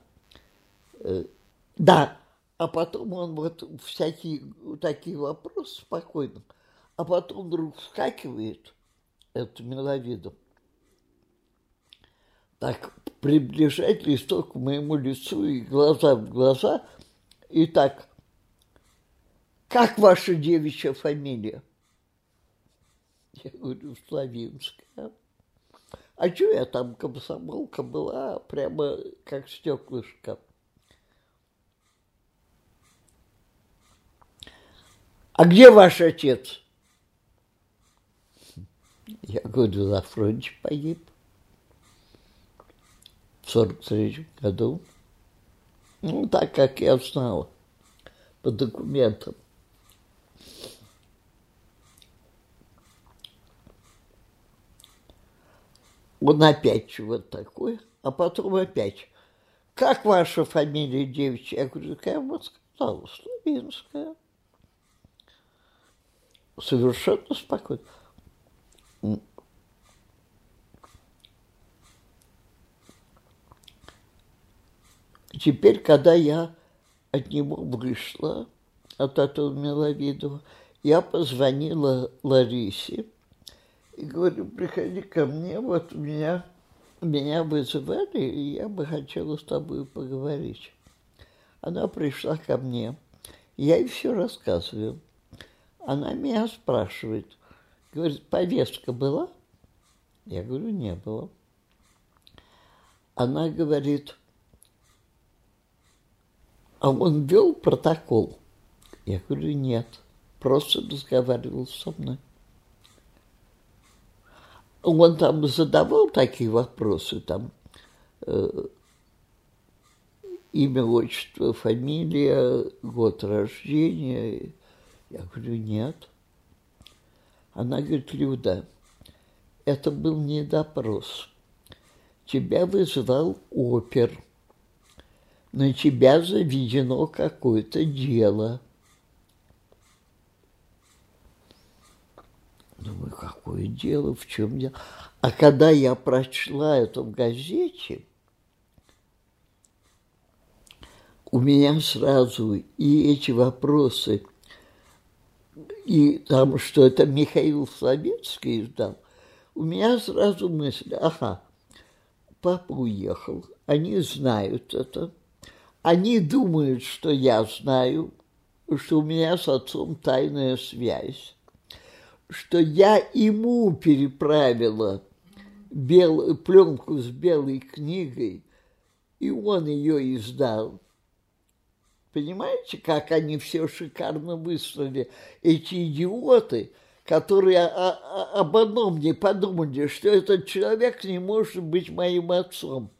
да, а потом он вот всякие такие вопросы спокойно, а потом вдруг вскакивает, это миловидом, так приближает листок к моему лицу и глаза в глаза, и так, как ваша девичья фамилия? Я говорю, Славинская. А что я там, комсомолка была, прямо как стеклышко. А где ваш отец? Я говорю, на фронте погиб. В 43-м году. Ну, так, как я знала. По документам. Он опять чего-то такое, а потом опять. Как ваша фамилия девичья? Я говорю, какая вам сказала? Славинская. Совершенно спокойно. Теперь, когда я от него вышла, от этого Миловидова, я позвонила Ларисе и говорю, приходи ко мне, вот меня вызывали, и я бы хотела с тобой поговорить. Она пришла ко мне, я ей все рассказываю. Она меня спрашивает, говорит, повестка была? Я говорю, не было. Она говорит, а он вел протокол? Я говорю, нет, просто разговаривал со мной. Он там задавал такие вопросы, там имя, отчество, фамилия, год рождения. Я говорю, нет. Она говорит, Люда, это был не допрос. Тебя вызывал опер. На тебя заведено какое-то дело. Думаю, какое дело, в чем дело? А когда я прочла это в газете, у меня сразу и эти вопросы, и там, что это Михаил Славинский издал, у меня сразу мысль, ага, папа уехал, они знают это, они думают, что я знаю, что у меня с отцом тайная связь, что я ему переправила пленку с белой книгой, и он ее издал. Понимаете, как они все шикарно выставили, эти идиоты, которые об одном не подумали, что этот человек не может быть моим отцом.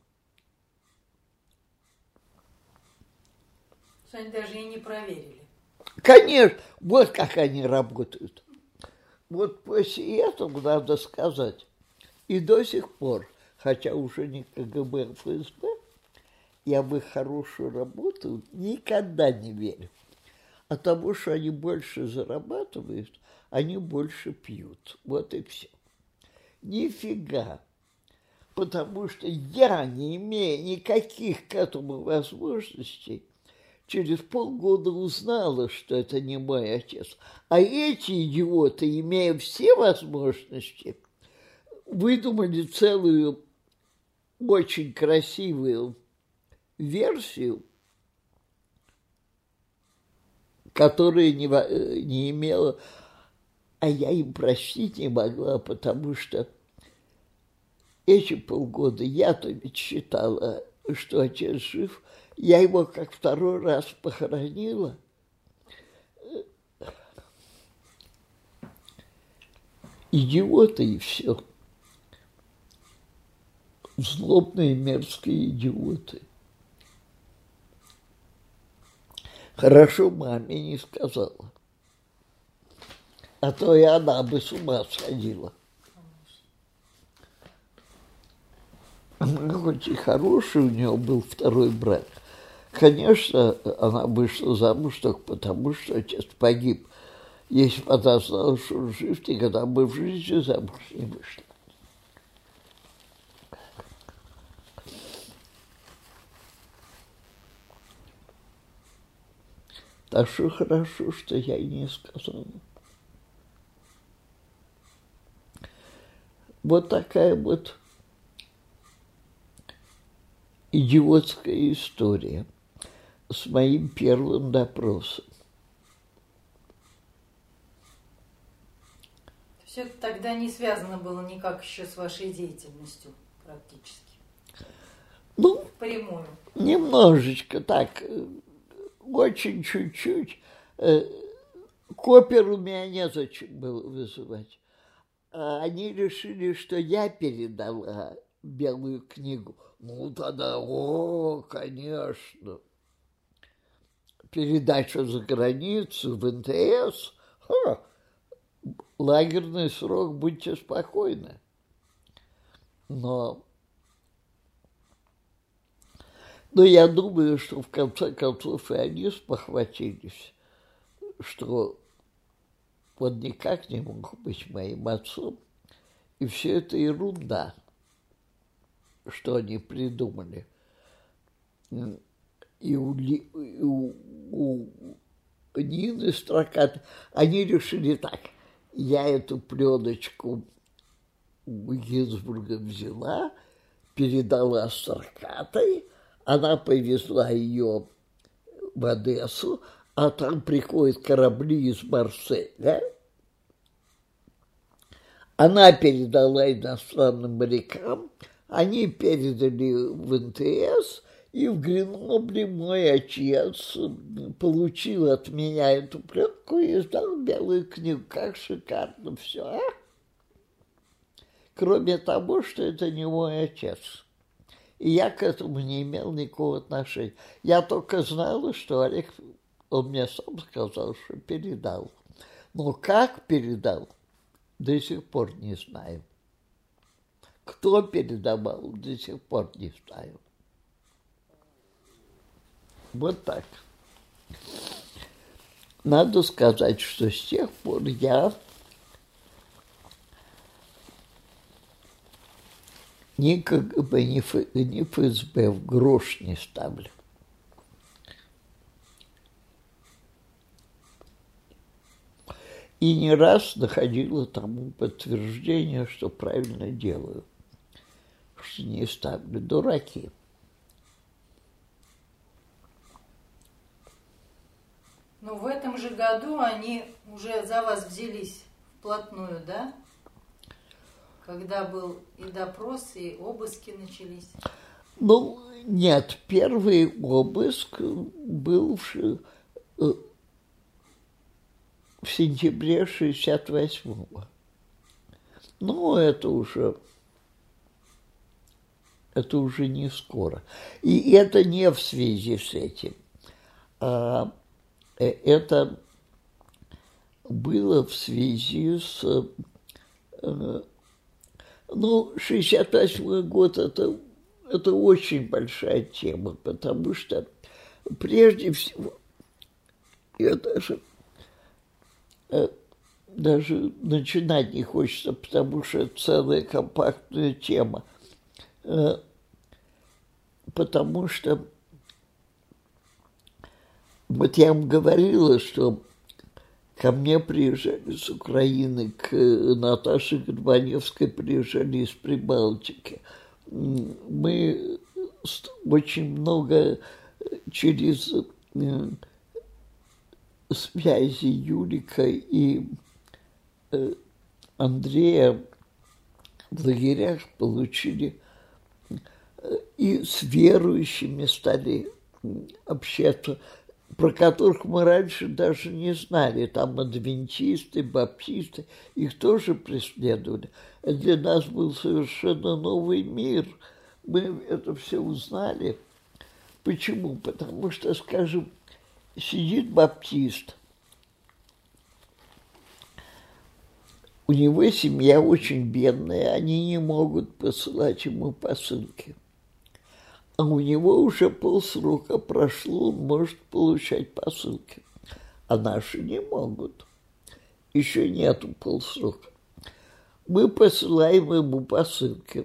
Они даже и не проверили. Конечно, вот как они работают. Вот после этого, надо сказать, и до сих пор, хотя уже не КГБ, ФСБ, я в их хорошую работу никогда не верю. От того, что они больше зарабатывают, они больше пьют. Вот и все. Нифига. Потому что я, не имея никаких к этому возможностей, через полгода узнала, что это не мой отец. А эти идиоты, имея все возможности, выдумали целую очень красивую версию, которая не имела, а я им простить не могла, потому что эти полгода я-то ведь считала, что отец жив. Я его как второй раз похоронила. Идиоты и все. Злобные, мерзкие идиоты. Хорошо маме не сказала. А то и она бы с ума сходила. Она хоть и хороший у нее был второй брак. Конечно, она вышла замуж только потому, что отец погиб. Если бы она знала, что он жив, никогда бы в жизни замуж не вышла. Так что хорошо, что я и не сказала. Вот такая вот идиотская история с моим первым допросом. Все это тогда не связано было никак еще с вашей деятельностью практически? Ну, впрямую. Немножечко так, очень чуть-чуть. Коперу меня незачем было вызывать. А они решили, что я передала белую книгу. Ну, тогда, конечно. Передача за границу в НТС. Лагерный срок, будьте спокойны. Но я думаю, что в конце концов и они спохватились, что он никак не мог быть моим отцом. И все это ерунда, что они придумали. И у Нины Строкат, они решили так: я эту пленочку у Гинзбурга взяла, передала Строкатой, она повезла ее в Одессу, а там приходят корабли из Марселя. Она передала иностранным морякам, они передали в НТС, и в Гренобле мой отец получил от меня эту пленку и издал белую книгу. Как шикарно все, а? Кроме того, что это не мой отец. И я к этому не имел никакого отношения. Я только знала, что Олег, он мне сам сказал, что передал. Но как передал, до сих пор не знаю. Кто передавал, до сих пор не знаю. Вот так. Надо сказать, что с тех пор я ни КГБ, ни ФСБ в грош не ставлю. И не раз находила тому подтверждение, что правильно делаю, что не ставлю. Дураки. Но в этом же году они уже за вас взялись вплотную, да? Когда был и допрос, и обыски начались. Ну, нет, первый обыск был в сентябре 68-го. Ну, это уже не скоро. И это не в связи с этим. Это было в связи с... 68-й год это очень большая тема, потому что прежде всего я даже начинать не хочется, потому что это целая компактная тема. Потому что вот я вам говорила, что ко мне приезжали с Украины, к Наташе Горбаневской приезжали из Прибалтики. Мы очень много через связи Юрика и Андрея в лагерях получили, и с верующими стали общаться, про которых мы раньше даже не знали. Там адвентисты, баптисты, их тоже преследовали. Для нас был совершенно новый мир. Мы это все узнали. Почему? Потому что, скажем, сидит баптист, у него семья очень бедная, они не могут посылать ему посылки. А у него уже полсрока прошло, он может получать посылки. А наши не могут. Еще нету полсрока. Мы посылаем ему посылки.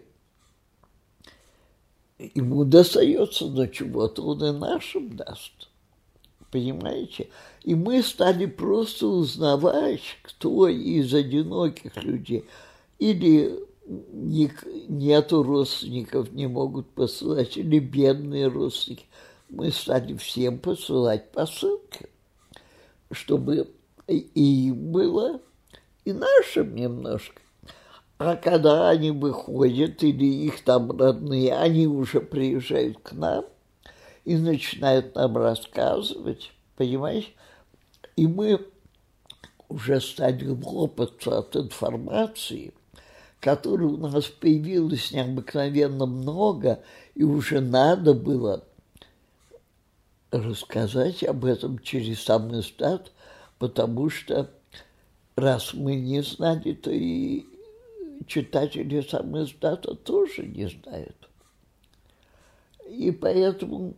Ему достается до чего-то, он и нашим даст. Понимаете? И мы стали просто узнавать, кто из одиноких людей или нету родственников, не могут посылать, или бедные родственники. Мы стали всем посылать посылки, чтобы и им было, и нашим немножко. А когда они выходят, или их там родные, они уже приезжают к нам и начинают нам рассказывать, понимаешь? И мы уже стали лопаться от информации, которой у нас появилось необыкновенно много, и уже надо было рассказать об этом через сам издат, потому что раз мы не знали, то и читатели сам издата тоже не знают. И поэтому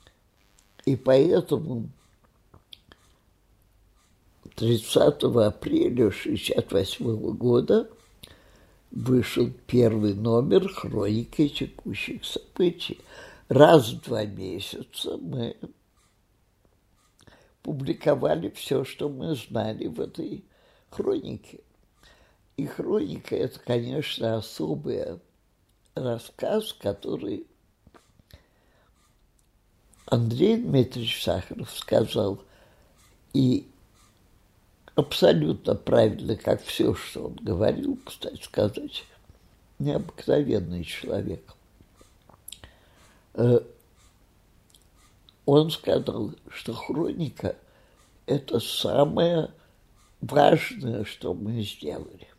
30 апреля 1968 года вышел первый номер «Хроники текущих событий». Раз в 2 месяца мы публиковали все, что мы знали в этой хронике. И хроника – это, конечно, особый рассказ, который Андрей Дмитриевич Сахаров сказал, и абсолютно правильно, как все, что он говорил, кстати сказать, необыкновенный человек. Он сказал, что хроника – это самое важное, что мы сделали.